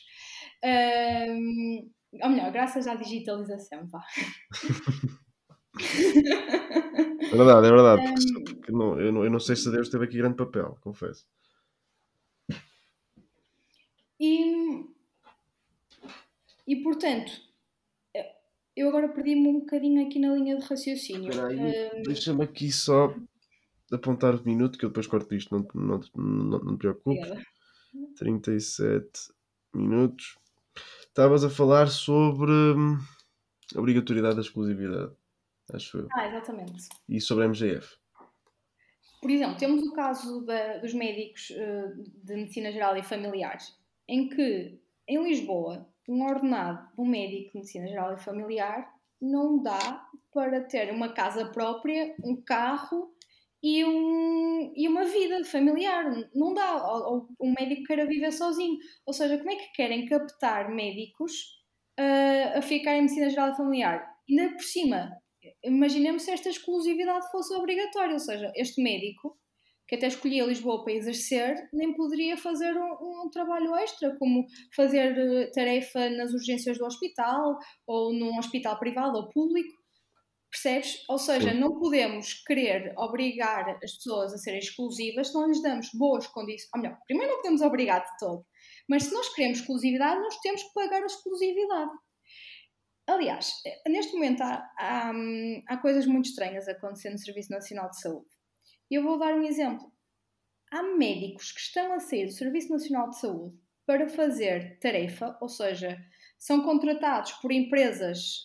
Ou melhor, graças à digitalização, vá. É verdade, porque eu não sei se Deus teve aqui grande papel, confesso. E portanto, eu agora perdi-me um bocadinho aqui na linha de raciocínio. Espera aí, deixa-me aqui só apontar o minuto, que eu depois corto isto, não te preocupes. Obrigada. 37 minutos. Estavas a falar sobre a obrigatoriedade da exclusividade, acho eu. Exatamente. E sobre a MGF. Por exemplo, temos o caso dos médicos de medicina geral e familiar, em que, em Lisboa, um ordenado de um médico de medicina geral e familiar não dá para ter uma casa própria, um carro e uma vida familiar. Não dá. Ou um médico queira viver sozinho. Ou seja, como é que querem captar médicos a ficar em medicina geral e familiar? Ainda por cima, imaginemos se esta exclusividade fosse obrigatória, ou seja, este médico que até escolhia Lisboa para exercer, nem poderia fazer um trabalho extra, como fazer tarefa nas urgências do hospital, ou num hospital privado ou público, percebes? Ou seja, Sim. não podemos querer obrigar as pessoas a serem exclusivas se não lhes damos boas condições. Ou melhor, primeiro não podemos obrigar de todo, mas se nós queremos exclusividade, nós temos que pagar a exclusividade. Aliás, neste momento há coisas muito estranhas acontecendo no Serviço Nacional de Saúde. Eu vou dar um exemplo. Há médicos que estão a sair do Serviço Nacional de Saúde para fazer tarefa, ou seja, são contratados por empresas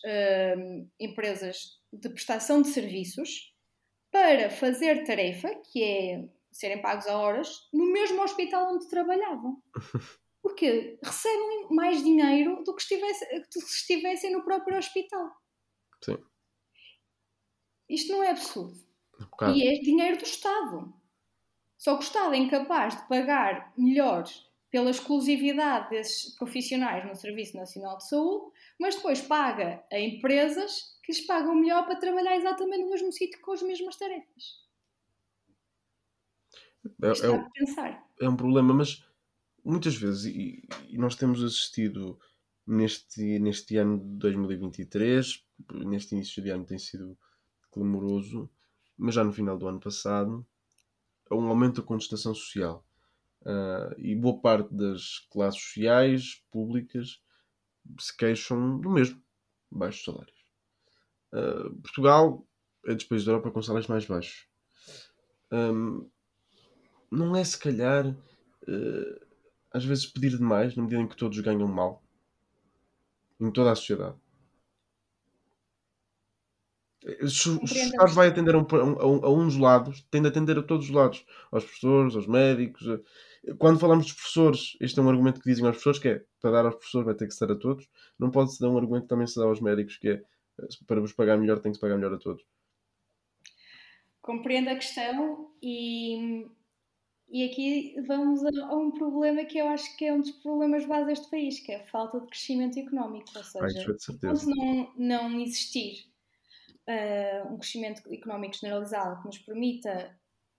de prestação de serviços para fazer tarefa, que é serem pagos a horas, no mesmo hospital onde trabalhavam. Porque recebem mais dinheiro do que se estivessem no próprio hospital. Sim. Isto não é absurdo. Um e é dinheiro do Estado. Só que o Estado é incapaz de pagar melhor pela exclusividade desses profissionais no Serviço Nacional de Saúde, mas depois paga a empresas que lhes pagam melhor para trabalhar exatamente no mesmo sítio com as mesmas tarefas. Está a pensar. É um problema, mas muitas vezes, e nós temos assistido neste ano de 2023, neste início de ano tem sido clamoroso, mas já no final do ano passado, a um aumento da contestação social. E boa parte das classes sociais, públicas, se queixam do mesmo, baixos salários. Portugal é dos países da Europa com salários mais baixos. Não é se calhar às vezes pedir demais, na medida em que todos ganham mal em toda a sociedade? Se o Estado vai atender a uns lados, tem de atender a todos os lados, aos professores, aos médicos. Quando falamos dos professores, este é um argumento que dizem aos professores, que é para dar aos professores vai ter que se dar a todos. Não pode-se dar um argumento que também se dá aos médicos, que é para vos pagar melhor tem que se pagar melhor a todos. Compreendo a questão e aqui vamos a um problema que eu acho que é um dos problemas básicos deste país, que é a falta de crescimento económico. Ou seja, Isso é de certeza. enquanto não existir um crescimento económico generalizado que nos permita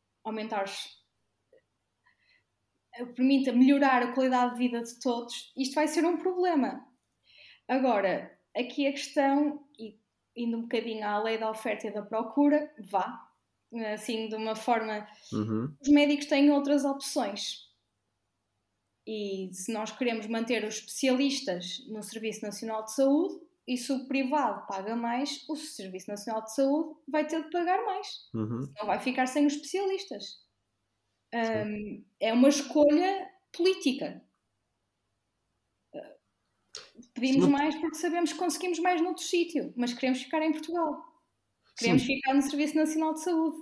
permita melhorar a qualidade de vida de todos, isto vai ser um problema. Agora, aqui a questão, e indo um bocadinho à lei da oferta e da procura, assim, de uma forma... Os médicos têm outras opções. E se nós queremos manter os especialistas no Serviço Nacional de Saúde, e se o privado paga mais, o Serviço Nacional de Saúde vai ter de pagar mais. Senão vai ficar sem os especialistas. É uma escolha política. Pedimos mais porque sabemos que conseguimos mais noutro sítio, mas queremos ficar em Portugal. Queremos ficar no Serviço Nacional de Saúde.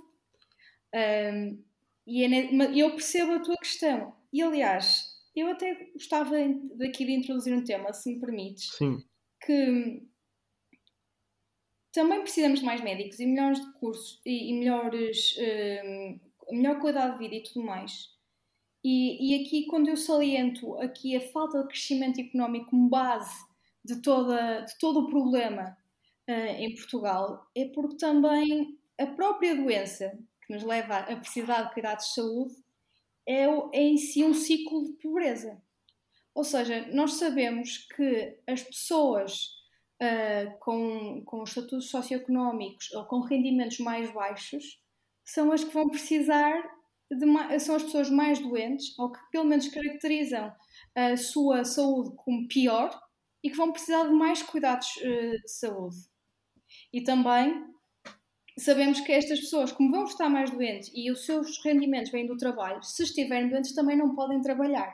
E eu percebo a tua questão. E, aliás, eu até gostava daqui de introduzir um tema, se me permites. Sim. Que também precisamos de mais médicos e melhores recursos e melhor qualidade de vida e tudo mais. E aqui, quando eu saliento aqui a falta de crescimento económico como base de todo o problema em Portugal, é porque também a própria doença que nos leva a precisar de cuidados de saúde é em si um ciclo de pobreza. Ou seja, nós sabemos que as pessoas com estatutos socioeconómicos ou com rendimentos mais baixos são as que vão precisar são as pessoas mais doentes ou que pelo menos caracterizam a sua saúde como pior e que vão precisar de mais cuidados de saúde. E também sabemos que estas pessoas, como vão estar mais doentes e os seus rendimentos vêm do trabalho, se estiverem doentes também não podem trabalhar.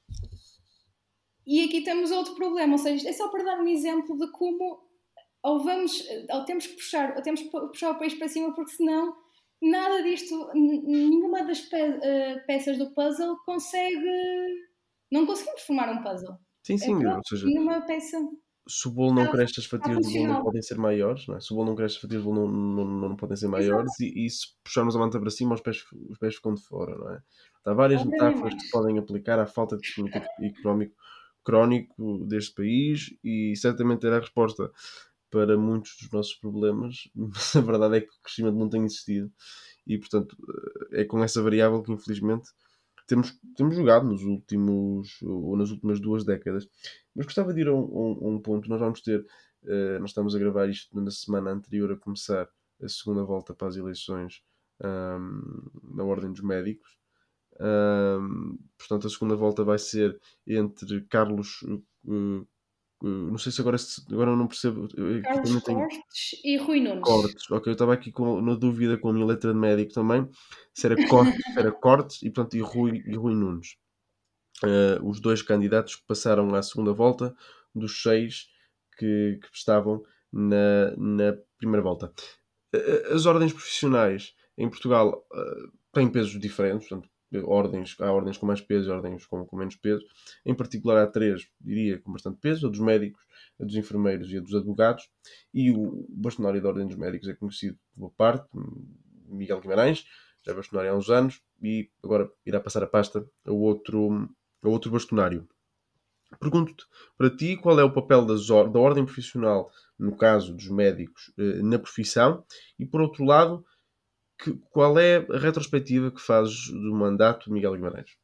E aqui temos outro problema, ou seja, é só para dar um exemplo de como temos que puxar o país para cima, porque senão nada disto, nenhuma das peças do puzzle não conseguimos formar um puzzle. Sim, ou seja, nenhuma peça... Se o bolo não cresce, as fatias do bolo não podem ser maiores, não é? Se o bolo não cresce, as fatias do bolo não podem ser maiores, e se puxarmos a manta para cima, os pés ficam de fora, não é? Há várias metáforas que se podem aplicar à falta de crescimento económico crónico deste país, e certamente terá resposta para muitos dos nossos problemas, mas a verdade é que o crescimento não tem existido, e portanto é com essa variável que infelizmente temos jogado nas últimas 2 décadas. Mas gostava de ir a um ponto. Nós vamos ter, nós estamos a gravar isto na semana anterior a começar a segunda volta para as eleições na Ordem dos Médicos. Portanto, a segunda volta vai ser entre Carlos... não sei se agora não percebo. Carlos Cortes e Rui Nunes. Cortes, ok, eu estava aqui na dúvida com a minha letra de médico também, se era Cortes e, portanto, e Rui Nunes. Os 2 candidatos que passaram à segunda volta dos 6 que estavam na primeira volta. As ordens profissionais em Portugal têm pesos diferentes, portanto, há ordens com mais peso e ordens com menos peso. Em particular, há 3, diria, com bastante peso: a dos médicos, a dos enfermeiros e a dos advogados. E o bastonário da Ordem dos Médicos é conhecido de boa parte, Miguel Guimarães, já é bastonário há uns anos, e agora irá passar a pasta a outro ou outro bastonário. Pergunto-te, para ti, qual é o papel da ordem profissional, no caso dos médicos, na profissão? E, por outro lado, qual é a retrospectiva que fazes do mandato de Miguel Guimarães?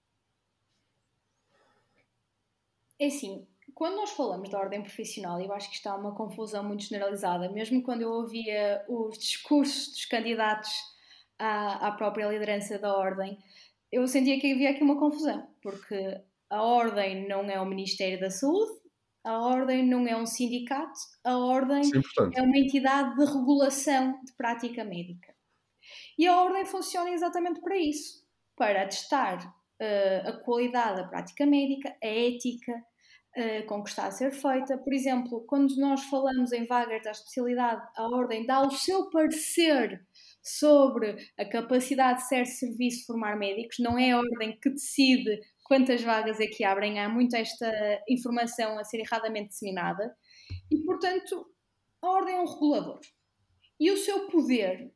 É assim, quando nós falamos da ordem profissional, eu acho que está uma confusão muito generalizada, mesmo quando eu ouvia os discursos dos candidatos à própria liderança da ordem, eu sentia que havia aqui uma confusão, porque a ordem não é o Ministério da Saúde, a ordem não é um sindicato, a ordem Isso é importante. é uma entidade de regulação de prática médica. E a ordem funciona exatamente para isso, para testar a qualidade da prática médica, a ética com que está a ser feita. Por exemplo, quando nós falamos em vagas da especialidade, a ordem dá o seu parecer sobre a capacidade de certo serviço de formar médicos, não é a ordem que decide quantas vagas é que abrem, há muito esta informação a ser erradamente disseminada e, portanto, a ordem é um regulador. E o seu poder,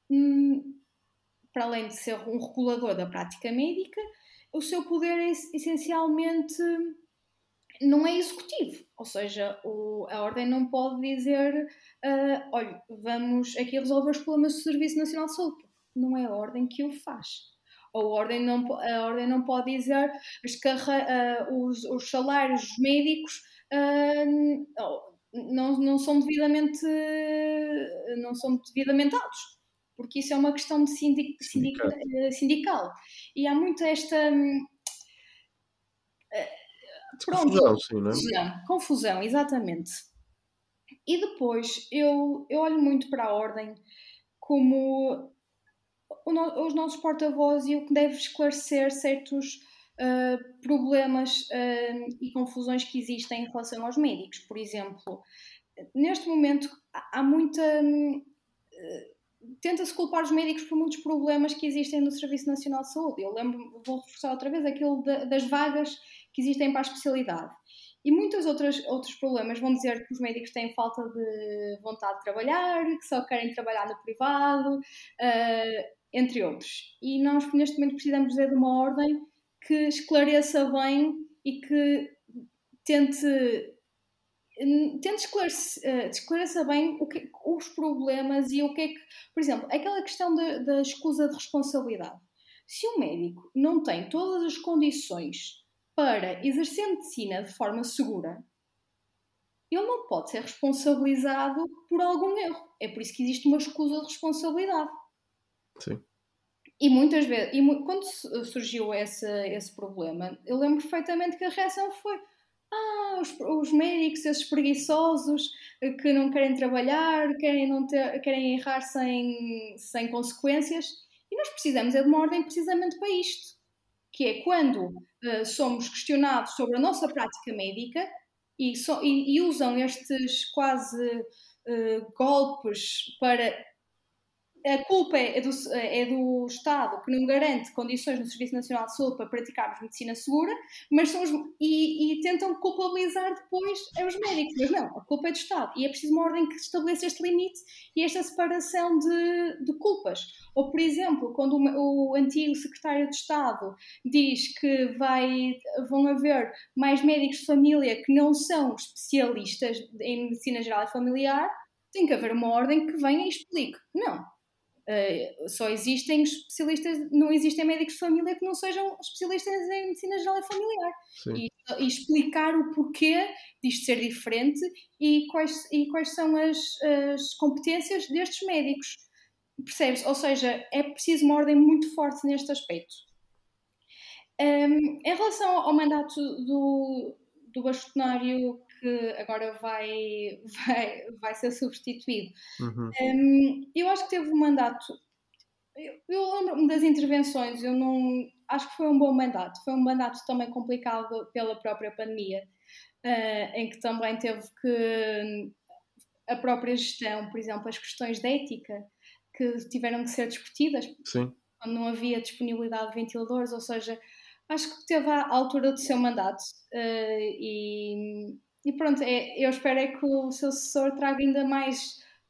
para além de ser um regulador da prática médica, o seu poder é essencialmente não é executivo, ou seja, a Ordem não pode dizer olha, vamos aqui resolver os problemas do Serviço Nacional de Saúde. Não é a Ordem que o faz. Ou a Ordem não pode dizer os salários dos médicos não são devidamente altos, porque isso é uma questão de sindical. E há muito esta Confusão, sim, não é? confusão, exatamente. E depois eu olho muito para a ordem como os nossos porta-vozes e o que deve esclarecer certos problemas e confusões que existem em relação aos médicos. Por exemplo, neste momento há muita... tenta-se culpar os médicos por muitos problemas que existem no Serviço Nacional de Saúde. Eu vou reforçar outra vez, aquilo das vagas que existem para a especialidade. E muitos outros problemas vão dizer que os médicos têm falta de vontade de trabalhar, que só querem trabalhar no privado, entre outros. E nós, neste momento, precisamos de uma ordem que esclareça bem e que tente esclareça bem os problemas e o que é que... Por exemplo, aquela questão da escusa de responsabilidade. Se o médico não tem todas as condições para exercer medicina de forma segura, ele não pode ser responsabilizado por algum erro. É por isso que existe uma escusa de responsabilidade. Sim. E muitas vezes, quando surgiu esse problema, eu lembro perfeitamente que a reação foi os médicos, esses preguiçosos que não querem trabalhar, querem errar sem consequências. E nós precisamos de uma ordem precisamente para isto, que é quando somos questionados sobre a nossa prática médica e usam estes quase golpes para... A culpa é do Estado, que não garante condições no Serviço Nacional de Saúde para praticarmos medicina segura, mas e tentam culpabilizar depois os médicos. Mas não, a culpa é do Estado. E é preciso uma ordem que estabeleça este limite e esta separação de culpas. Ou, por exemplo, quando o antigo secretário de Estado diz que vão haver mais médicos de família que não são especialistas em medicina geral e familiar, tem que haver uma ordem que venha e explique. Não. Só existem especialistas, não existem médicos de família que não sejam especialistas em medicina geral e familiar. E explicar o porquê disto ser diferente e quais são as competências destes médicos. Percebes? Ou seja, é preciso uma ordem muito forte neste aspecto. Em relação ao mandato do bastonário que agora vai ser substituído. Eu acho que teve um mandato... Eu lembro-me das intervenções, eu não... Acho que foi um bom mandato. Foi um mandato também complicado pela própria pandemia, em que também teve que... A própria gestão, por exemplo, as questões de ética que tiveram que ser discutidas. Sim. Quando não havia disponibilidade de ventiladores, ou seja... Acho que teve à altura do seu mandato e pronto, eu espero é que o seu sucessor traga ainda mais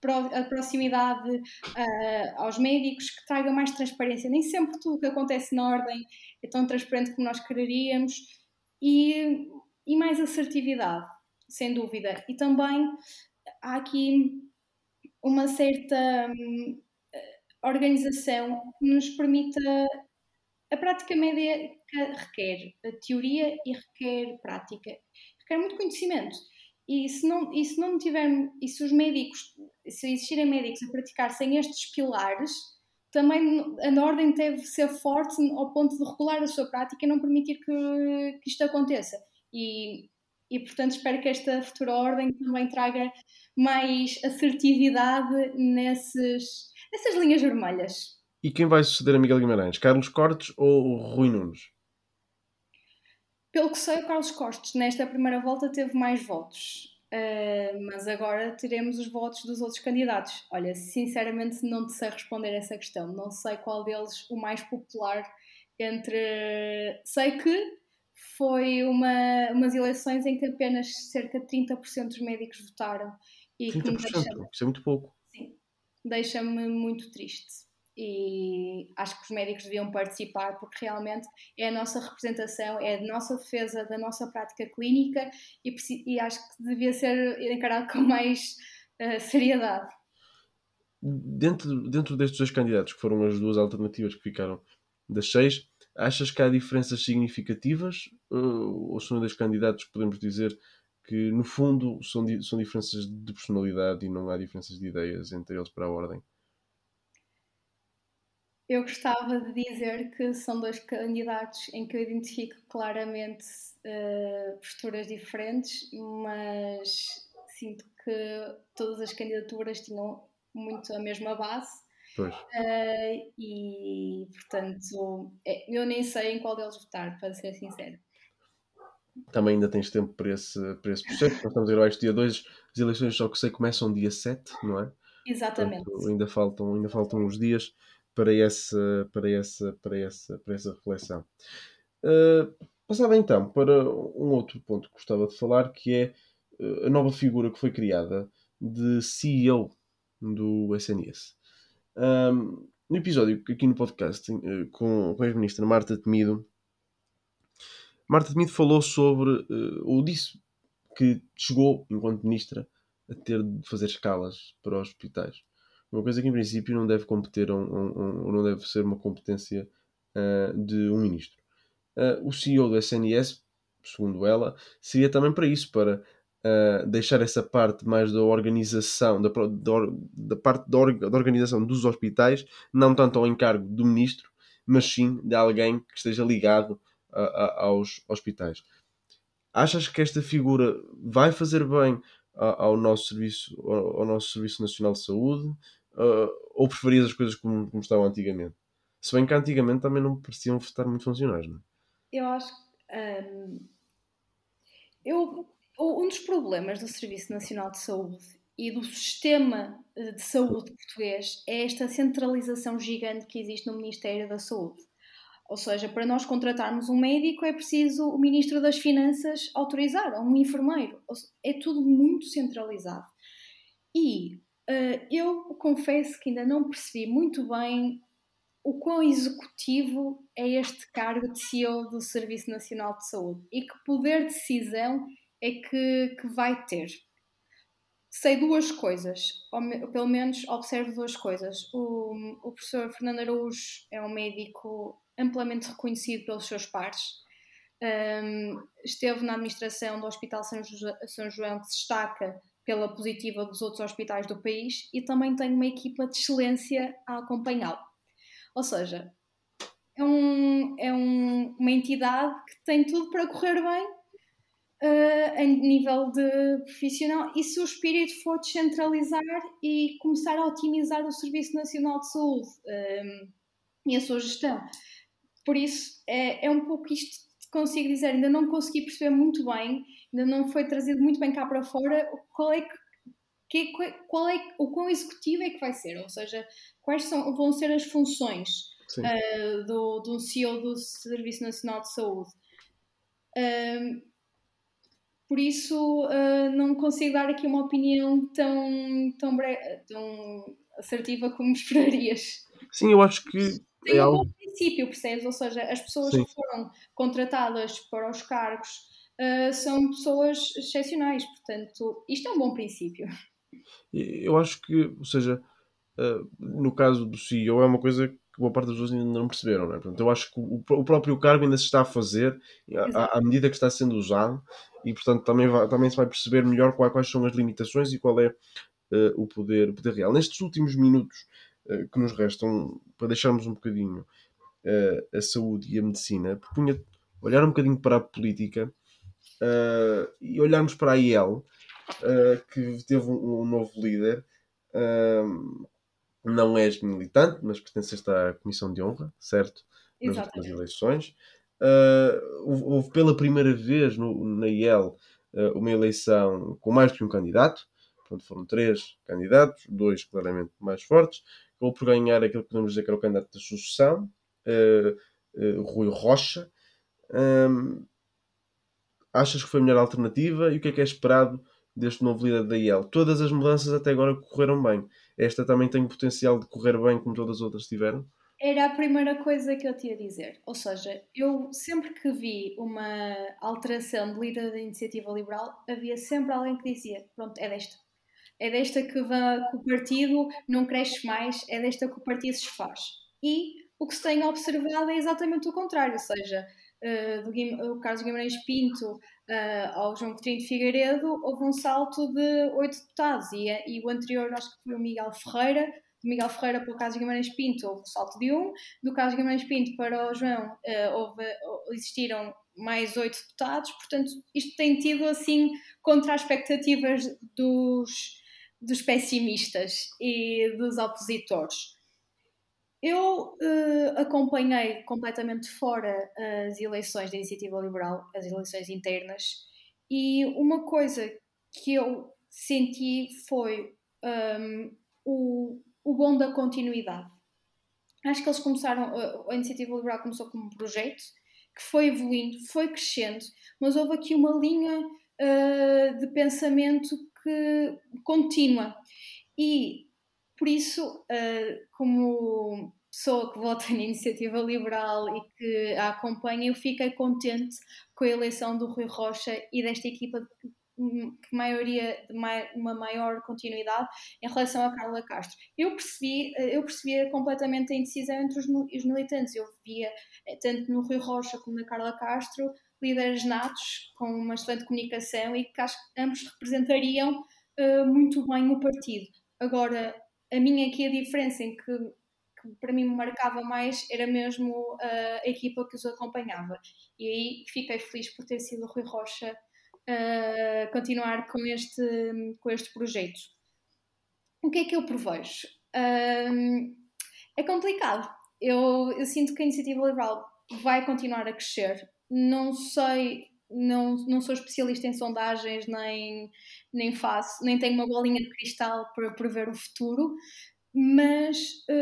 a proximidade aos médicos, que traga mais transparência. Nem sempre tudo o que acontece na ordem é tão transparente como nós quereríamos, e mais assertividade, sem dúvida. E também há aqui uma certa organização que nos permita. A prática médica requer teoria e requer prática, requer muito conhecimento. E se os médicos, se existirem médicos a praticar sem estes pilares, também a ordem deve ser forte ao ponto de regular a sua prática e não permitir que isto aconteça. E, portanto, espero que esta futura ordem também traga mais assertividade nessas linhas vermelhas. E quem vai suceder a Miguel Guimarães? Carlos Cortes ou Rui Nunes? Pelo que sei, o Carlos Cortes nesta primeira volta teve mais votos. Mas agora teremos os votos dos outros candidatos. Olha, sinceramente não te sei responder essa questão. Não sei qual deles o mais popular entre... Sei que foi umas eleições em que apenas cerca de 30% dos médicos votaram. E 30%? Que me deixa... Isso é muito pouco. Sim, deixa-me muito triste. E acho que os médicos deviam participar, porque realmente é a nossa representação, é a nossa defesa da nossa prática clínica, e acho que devia ser encarado com mais seriedade. Dentro destes dois candidatos, que foram as duas alternativas que ficaram das 6, achas que há diferenças significativas? Ou são dois candidatos que podemos dizer que, no fundo, são diferenças de personalidade e não há diferenças de ideias entre eles para a ordem? Eu gostava de dizer que são dois candidatos em que eu identifico claramente posturas diferentes, mas sinto que todas as candidaturas tinham muito a mesma base. Pois. E, portanto, eu nem sei em qual deles votar, para ser sincero. Também ainda tens tempo para esse processo. Nós estamos a gravar este dia 2, as eleições, só que sei, começam dia 7, não é? Exatamente. Portanto, ainda faltam uns dias para essa reflexão. Passava então para um outro ponto que gostava de falar, que é a nova figura que foi criada de CEO do SNS. No episódio aqui no podcast com a ex-ministra Marta Temido falou sobre, ou disse que chegou, enquanto ministra, a ter de fazer escalas para os hospitais. Uma coisa que, em princípio, não deve competir não deve ser uma competência de um ministro. O CEO do SNS, segundo ela, seria também para isso, para deixar essa parte mais da organização, da parte da organização dos hospitais, não tanto ao encargo do ministro, mas sim de alguém que esteja ligado aos hospitais. Achas que esta figura vai fazer bem ao nosso Serviço Nacional de Saúde? Ou preferias as coisas como estavam antigamente? Se bem que antigamente também não pareciam estar muito funcionais, não é? Eu acho que um dos problemas do Serviço Nacional de Saúde e do sistema de saúde português é esta centralização gigante que existe no Ministério da Saúde. Ou seja, para nós contratarmos um médico é preciso o Ministro das Finanças autorizar, ou um enfermeiro. É tudo muito centralizado. E eu confesso que ainda não percebi muito bem o quão executivo é este cargo de CEO do Serviço Nacional de Saúde e que poder de decisão é que vai ter. Sei duas coisas, ou pelo menos observo duas coisas. O professor Fernando Araújo é um médico amplamente reconhecido pelos seus pares. Esteve na administração do Hospital São João, que se destaca pela positiva dos outros hospitais do país, e também tem uma equipa de excelência a acompanhá-lo. Ou seja, é uma entidade que tem tudo para correr bem a nível de profissional, e se o espírito for descentralizar e começar a otimizar o Serviço Nacional de Saúde e a sua gestão. Por isso, é um pouco isto que consigo dizer. Ainda não consegui perceber muito bem, ainda não foi trazido muito bem cá para fora o quão executivo é que vai ser, ou seja, quais vão ser as funções do CEO do Serviço Nacional de Saúde. Por isso, não consigo dar aqui uma opinião tão assertiva como esperarias. Sim, eu acho que é Tem um bom algo. princípio, percebes? Ou seja, as pessoas Sim. que foram contratadas para os cargos, são pessoas excepcionais, portanto, isto é um bom princípio. Eu acho que, ou seja, no caso do CEO, é uma coisa que boa parte das pessoas ainda não perceberam, não é? Portanto, eu acho que o próprio cargo ainda se está a fazer Exato. à medida que está sendo usado e, portanto, também se vai perceber melhor quais são as limitações e qual é o poder real. Nestes últimos minutos que nos restam, para deixarmos um bocadinho a saúde e a medicina, propunha olhar um bocadinho para a política e olharmos para a IEL, que teve um novo líder. Uh, não és militante, mas pertenceste à Comissão de Honra, certo? Nas últimas Exatamente. eleições. Houve pela primeira vez na IEL uma eleição com mais que um candidato. Portanto, foram 3 candidatos, 2 claramente mais fortes. Acabou por ganhar aquilo que podemos dizer que era o candidato da sucessão, Rui Rocha. Um, Achas que foi a melhor alternativa e o que é esperado deste novo líder da IEL? Todas as mudanças até agora correram bem. Esta também tem o potencial de correr bem como todas as outras tiveram? Era a primeira coisa que eu te ia dizer. Ou seja, eu sempre que vi uma alteração de líder da iniciativa liberal, havia sempre alguém que dizia: pronto, é desta. É desta que o partido não cresce mais, é desta que o partido se desfaz. E o que se tem observado é exatamente o contrário, ou seja, o Carlos Guimarães Pinto ao João Coutinho de Figueiredo houve um salto de 8 deputados e o anterior acho que foi o Miguel Ferreira, do Miguel Ferreira para o Carlos Guimarães Pinto houve um salto de 1, do Carlos Guimarães Pinto para o João existiram mais 8 deputados, portanto isto tem tido assim contra as expectativas dos pessimistas e dos opositores. Eu acompanhei completamente fora as eleições da Iniciativa Liberal, as eleições internas, e uma coisa que eu senti foi o bom da continuidade. Acho que eles começaram, a Iniciativa Liberal começou como um projeto que foi evoluindo, foi crescendo, mas houve aqui uma linha de pensamento que contínua. E por isso, como pessoa que vota na Iniciativa Liberal e que a acompanha, eu fiquei contente com a eleição do Rui Rocha e desta equipa que maioria de uma maior continuidade em relação a Carla Castro. Eu percebia completamente a indecisão entre os militantes. Eu via, tanto no Rui Rocha como na Carla Castro, líderes natos com uma excelente comunicação e que acho que ambos representariam muito bem o partido. Agora, a minha aqui a diferença em que para mim me marcava mais era mesmo a equipa que os acompanhava. E aí fiquei feliz por ter sido o Rui Rocha continuar com este projeto. O que é que eu prevejo? É complicado. Eu sinto que a iniciativa liberal vai continuar a crescer. Não sei, não sou especialista em sondagens, nem tenho uma bolinha de cristal para prever o futuro, mas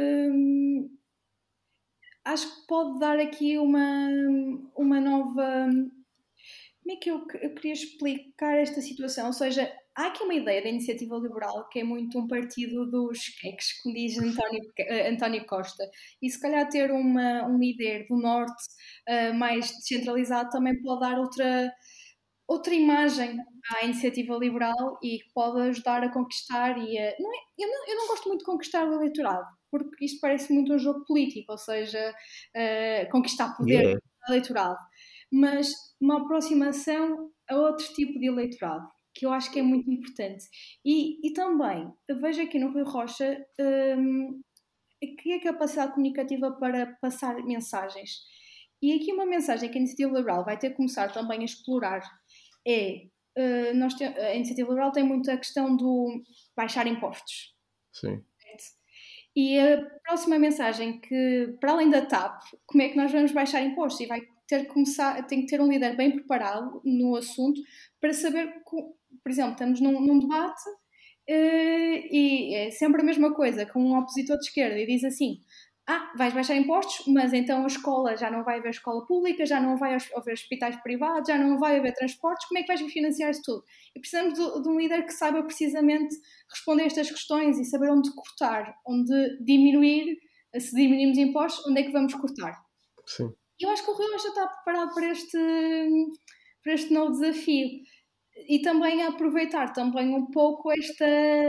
acho que pode dar aqui uma nova. Como é que eu queria explicar esta situação? Ou seja, há aqui uma ideia da iniciativa liberal que é muito um partido dos queques, como diz António Costa. E se calhar ter um líder do Norte mais descentralizado também pode dar outra imagem à iniciativa liberal e que pode ajudar a conquistar não é, eu não gosto muito de conquistar o eleitorado, porque isto parece muito um jogo político, ou seja, conquistar E poder é. no eleitorado, mas uma aproximação a outro tipo de eleitorado, que eu acho que é muito importante. E também, eu vejo aqui no Rui Rocha que é a capacidade comunicativa para passar mensagens. E aqui uma mensagem que a Iniciativa Liberal vai ter que começar também a explorar é, a Iniciativa Liberal tem muito a questão do baixar impostos. Sim. E a próxima mensagem que, para além da TAP, como é que nós vamos baixar impostos? E tem que ter um líder bem preparado no assunto para saber, por exemplo, estamos num debate e é sempre a mesma coisa, com um opositor de esquerda e diz assim, vais baixar impostos, mas então a escola já não vai haver escola pública, já não vai haver hospitais privados, já não vai haver transportes, como é que vais financiar isso tudo? E precisamos de um líder que saiba precisamente responder a estas questões e saber onde cortar, onde diminuir, se diminuirmos impostos, onde é que vamos cortar. Sim. E eu acho que o Rui já está preparado para este novo desafio. E também a aproveitar também um pouco esta...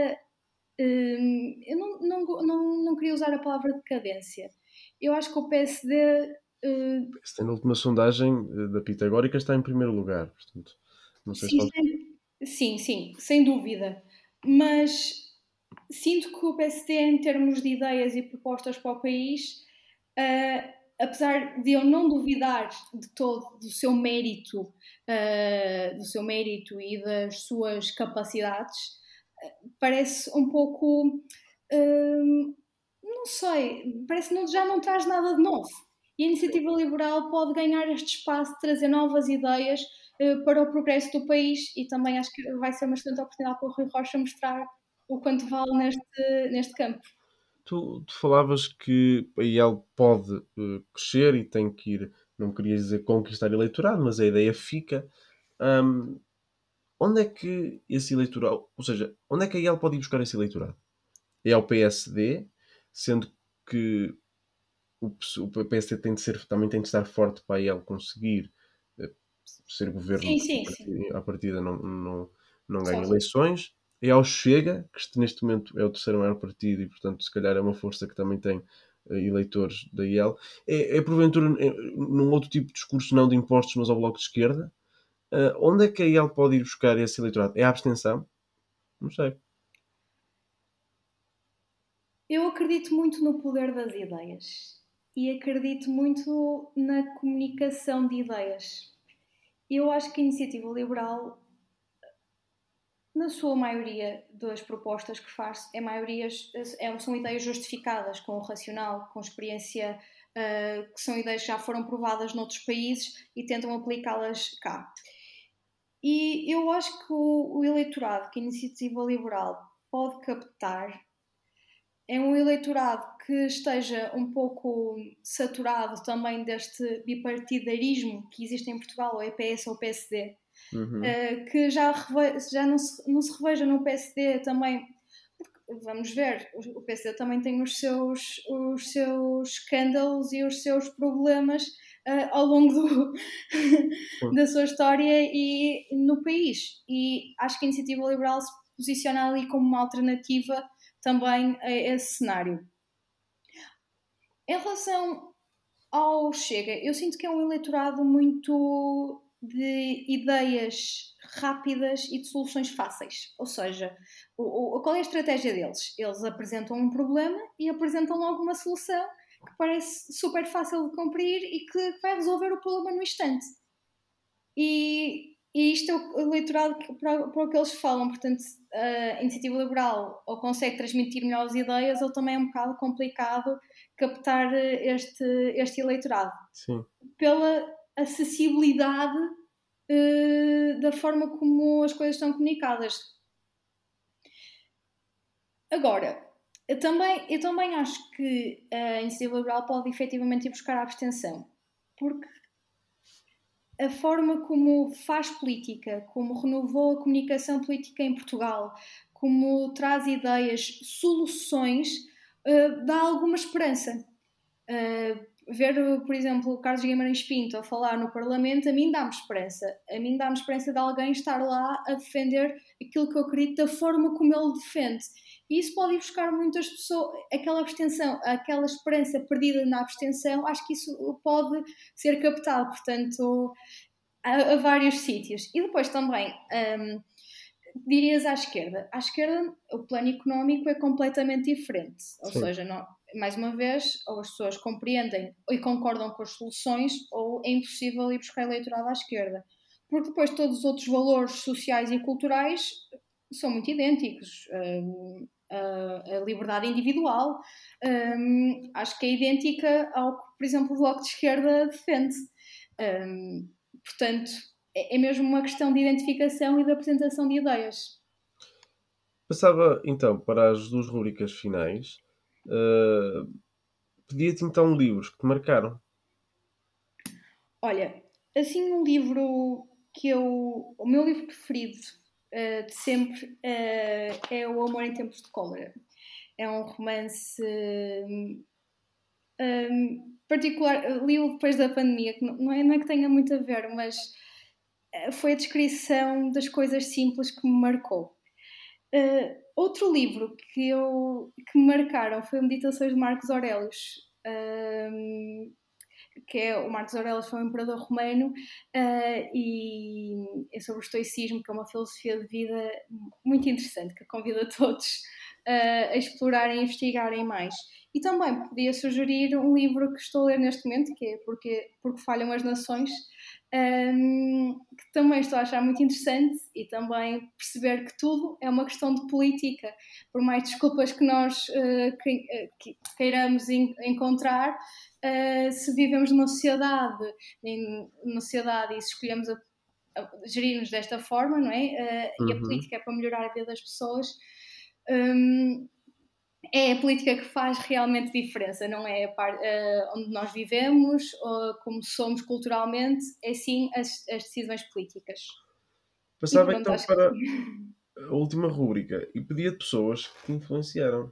eu não queria usar a palavra decadência. Eu acho que o PSD... Na última sondagem da Pitagórica está em primeiro lugar, portanto, não sei se sim, pode... sim, sem dúvida. Mas sinto que o PSD, em termos de ideias e propostas para o país, apesar de eu não duvidar de todo do seu mérito e das suas capacidades, parece um pouco, não sei, parece que já não traz nada de novo. E a Iniciativa Liberal pode ganhar este espaço de trazer novas ideias para o progresso do país, e também acho que vai ser uma excelente oportunidade para o Rui Rocha mostrar o quanto vale neste campo. Tu falavas que a IEL pode crescer e tem que ir, não querias dizer conquistar eleitorado, mas a ideia fica. Onde é que esse eleitorado, ou seja, onde é que a IEL pode ir buscar esse eleitorado? É ao PSD, sendo que o PSD também tem de estar forte para a IEL conseguir ser governo, Sim, porque sim, sim. à partida não ganha Sozinho. eleições. É ao Chega, que neste momento é o terceiro maior partido e, portanto, se calhar é uma força que também tem eleitores da IEL. É porventura num outro tipo de discurso, não de impostos, mas ao Bloco de Esquerda. Onde é que a IEL pode ir buscar esse eleitorado? É a abstenção? Não sei. Eu acredito muito no poder das ideias e acredito muito na comunicação de ideias. Eu acho que a Iniciativa Liberal, na sua maioria das propostas que faz, são ideias justificadas, com o racional, com experiência, que são ideias que já foram provadas noutros países e tentam aplicá-las cá. E eu acho que o eleitorado que a Iniciativa Liberal pode captar é um eleitorado que esteja um pouco saturado também deste bipartidarismo que existe em Portugal, ou é PS ou PSD, Uhum. que já não se reveja no PSD também, porque, vamos ver, o PSD também tem os seus escândalos e os seus problemas ao longo Sim. da sua história e no país. E acho que a Iniciativa Liberal se posiciona ali como uma alternativa também a esse cenário. Em relação ao Chega, eu sinto que é um eleitorado muito de ideias rápidas e de soluções fáceis. Ou seja, qual é a estratégia deles? Eles apresentam um problema e apresentam logo uma solução que parece super fácil de cumprir e que vai resolver o problema no instante. E isto é o eleitorado para o que eles falam. Portanto, a Iniciativa Liberal ou consegue transmitir melhores ideias ou também é um bocado complicado captar este eleitorado. Sim. Pela acessibilidade da forma como as coisas estão comunicadas. Agora, eu também acho que a Iniciativa Liberal pode efetivamente ir buscar a abstenção. Porque a forma como faz política, como renovou a comunicação política em Portugal, como traz ideias, soluções, dá alguma esperança. Ver, por exemplo, o Carlos Guimarães Pinto a falar no Parlamento, a mim dá-me esperança. A mim dá-me esperança de alguém estar lá a defender aquilo que eu acredito da forma como ele defende. E isso pode ir buscar muitas pessoas, aquela abstenção, aquela esperança perdida na abstenção, acho que isso pode ser captado, portanto, a vários sítios. E depois também, dirias à esquerda. À esquerda, o plano económico é completamente diferente. Ou Sim. seja, mais uma vez, ou as pessoas compreendem e concordam com as soluções, ou é impossível ir buscar eleitorado à esquerda. Porque depois todos os outros valores sociais e culturais são muito idênticos. A liberdade individual, acho que é idêntica ao que, por exemplo, o Bloco de Esquerda defende. Portanto, é mesmo uma questão de identificação e de apresentação de ideias. Passava então para as duas rubricas finais. Pedia-te então livros que te marcaram. Olha, assim um livro que eu... O meu livro preferido de sempre é O Amor em Tempos de Cólera. É um romance particular, li-o depois da pandemia, que não é que tenha muito a ver, mas foi a descrição das coisas simples que me marcou. Outro livro que me marcaram foi Meditações de Marcos Aurelius, que é o Marcos Aurelius foi um imperador romano e é sobre o estoicismo, que é uma filosofia de vida muito interessante, que convida todos a explorarem e investigarem mais. E também podia sugerir um livro que estou a ler neste momento, que é Porque Falham as Nações, que também estou a achar muito interessante, e também perceber que tudo é uma questão de política. Por mais desculpas que nós queiramos encontrar, se vivemos numa sociedade e se escolhemos gerir-nos desta forma, não é? E a política é para melhorar a vida das pessoas, é a política que faz realmente diferença, não é onde nós vivemos ou como somos culturalmente, é sim as decisões políticas. Passava pronto, então para a última rúbrica e pedia de pessoas que te influenciaram.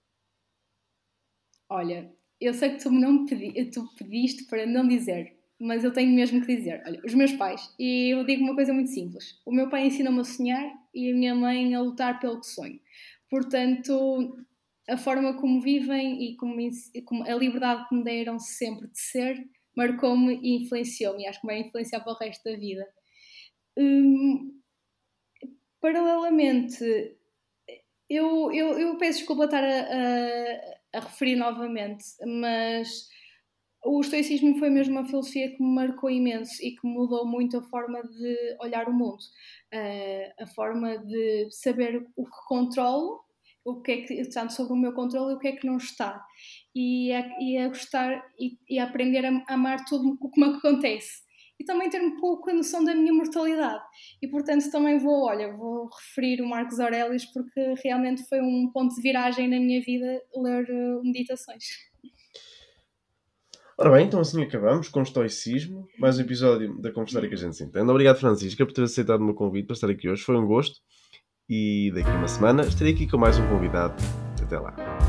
Olha, eu sei que tu pediste para não dizer, mas eu tenho mesmo que dizer. Olha, os meus pais, e eu digo uma coisa muito simples: o meu pai ensina-me a sonhar e a minha mãe a lutar pelo que sonho. Portanto, a forma como vivem e como a liberdade que me deram sempre de ser marcou-me e influenciou-me, e acho que vai influenciar para o resto da vida. Paralelamente, eu peço desculpa estar a referir novamente, mas o estoicismo foi mesmo uma filosofia que me marcou imenso e que mudou muito a forma de olhar o mundo, a forma de saber o que controlo, o que é que está sobre o meu controle e o que é que não está, e a gostar e a aprender a amar tudo o que me acontece. E também ter um pouco a noção da minha mortalidade. E, portanto, também vou referir o Marcos Aurelius, porque realmente foi um ponto de viragem na minha vida ler Meditações. Ora bem, então assim acabamos com o estoicismo. Mais um episódio da Conversar que a gente se entende. Obrigado, Francisca, por ter aceitado o meu convite para estar aqui hoje. Foi um gosto. E daqui a uma semana estarei aqui com mais um convidado. Até lá.